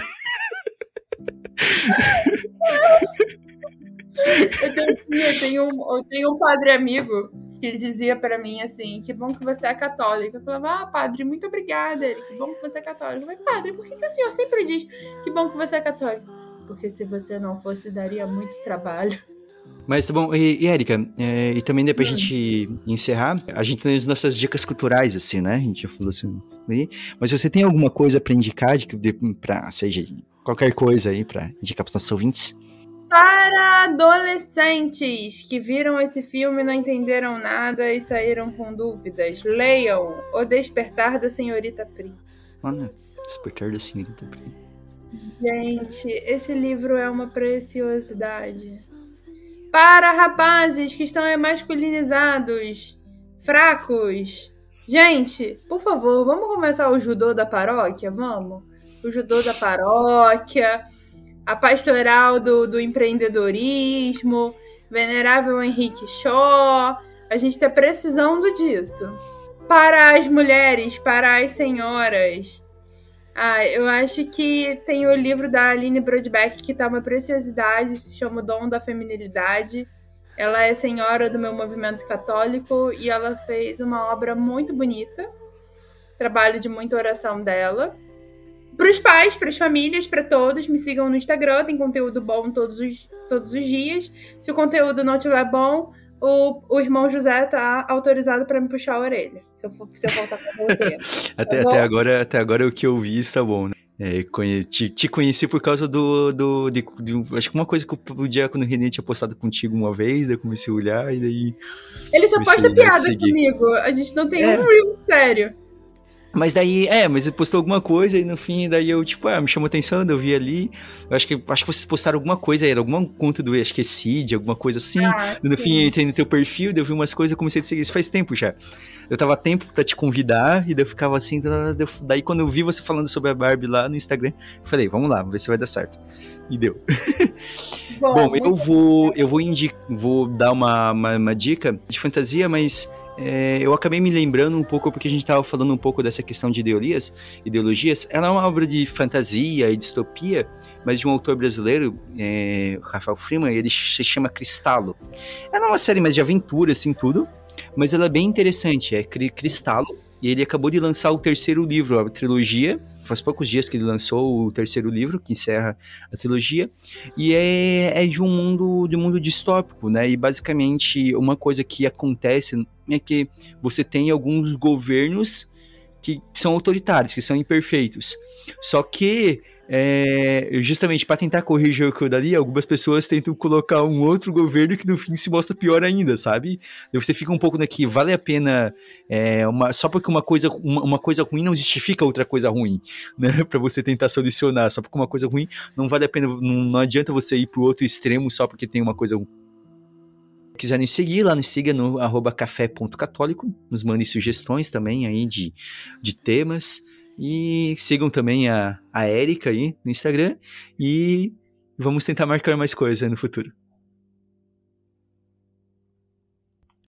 C: Eu tenho um padre amigo que ele dizia pra mim assim, que bom que você é católica. Eu falava, padre, muito obrigada. Ele, que bom que você é católica. Eu falei, padre, por que o senhor sempre diz que bom que você é católica? Porque se você não fosse, daria muito trabalho.
E: Mas tá bom, e Érica, e também dá pra gente encerrar, a gente tem as nossas dicas culturais, assim, né? A gente já falou assim, mas você tem alguma coisa pra indicar, seja qualquer coisa aí pra indicar pros nossos ouvintes?
C: Para adolescentes que viram esse filme, não entenderam nada e saíram com dúvidas, leiam O Despertar da Senhorita Pri.
E: Olha, Despertar da Senhorita Pri.
C: Gente, esse livro é uma preciosidade. Para rapazes que estão masculinizados, fracos. Gente, por favor, vamos começar o judô da paróquia? Vamos? O judô da paróquia, a pastoral do empreendedorismo, Venerável Henrique Shaw. A gente está precisando disso. Para as mulheres, para as senhoras. Eu acho que tem o livro da Aline Brodbeck que tá uma preciosidade, se chama O Dom da Feminilidade. Ela é senhora do meu movimento católico e ela fez uma obra muito bonita. Trabalho de muita oração dela. Para os pais, para as famílias, para todos, me sigam no Instagram, tem conteúdo bom todos os dias. Se o conteúdo não estiver bom, o irmão José tá autorizado para me puxar a orelha, se eu voltar com você.
E: até agora o que eu vi está bom, né? Te conheci por causa acho que uma coisa que o Diácono René tinha postado contigo uma vez, daí eu comecei a olhar e daí...
C: Ele só posta piada comigo, a gente não tem um reel sério.
E: Mas daí, mas ele postou alguma coisa e no fim, daí eu, tipo, me chamou atenção, daí eu vi ali. Eu acho que vocês postaram alguma coisa, era alguma conta do, acho que é Cid, alguma coisa assim. No fim, eu entrei no teu perfil, daí eu vi umas coisas, eu comecei a te seguir. Isso faz tempo já. Eu tava a tempo pra te convidar, e daí eu ficava assim, daí quando eu vi você falando sobre a Barbie lá no Instagram, eu falei, vamos lá, vamos ver se vai dar certo. E deu. Bom, vou dar uma dica de fantasia, mas eu acabei me lembrando um pouco, porque a gente estava falando um pouco dessa questão de ideologias. Ela é uma obra de fantasia e distopia, mas de um autor brasileiro, Rafael Freeman, ele se chama Cristalo. Ela é uma série mais de aventura, assim, tudo, mas ela é bem interessante, é Cristalo, e ele acabou de lançar o terceiro livro, a trilogia. Faz poucos dias que ele lançou o terceiro livro, que encerra a trilogia, e é de um mundo distópico, né? E basicamente uma coisa que acontece é que você tem alguns governos que são autoritários, que são imperfeitos. Só que, justamente para tentar corrigir o que eu daria, algumas pessoas tentam colocar um outro governo que no fim se mostra pior ainda, sabe? E você fica um pouco daqui, vale a pena, só porque uma coisa ruim não justifica outra coisa ruim, né? Para você tentar solucionar, só porque uma coisa ruim não vale a pena, não adianta você ir pro outro extremo só porque tem uma coisa ruim. Se quiser nos seguir, lá nos siga no @café.católico, nos mandem sugestões também aí de temas, e sigam também a Érica aí no Instagram, e vamos tentar marcar mais coisas aí no futuro.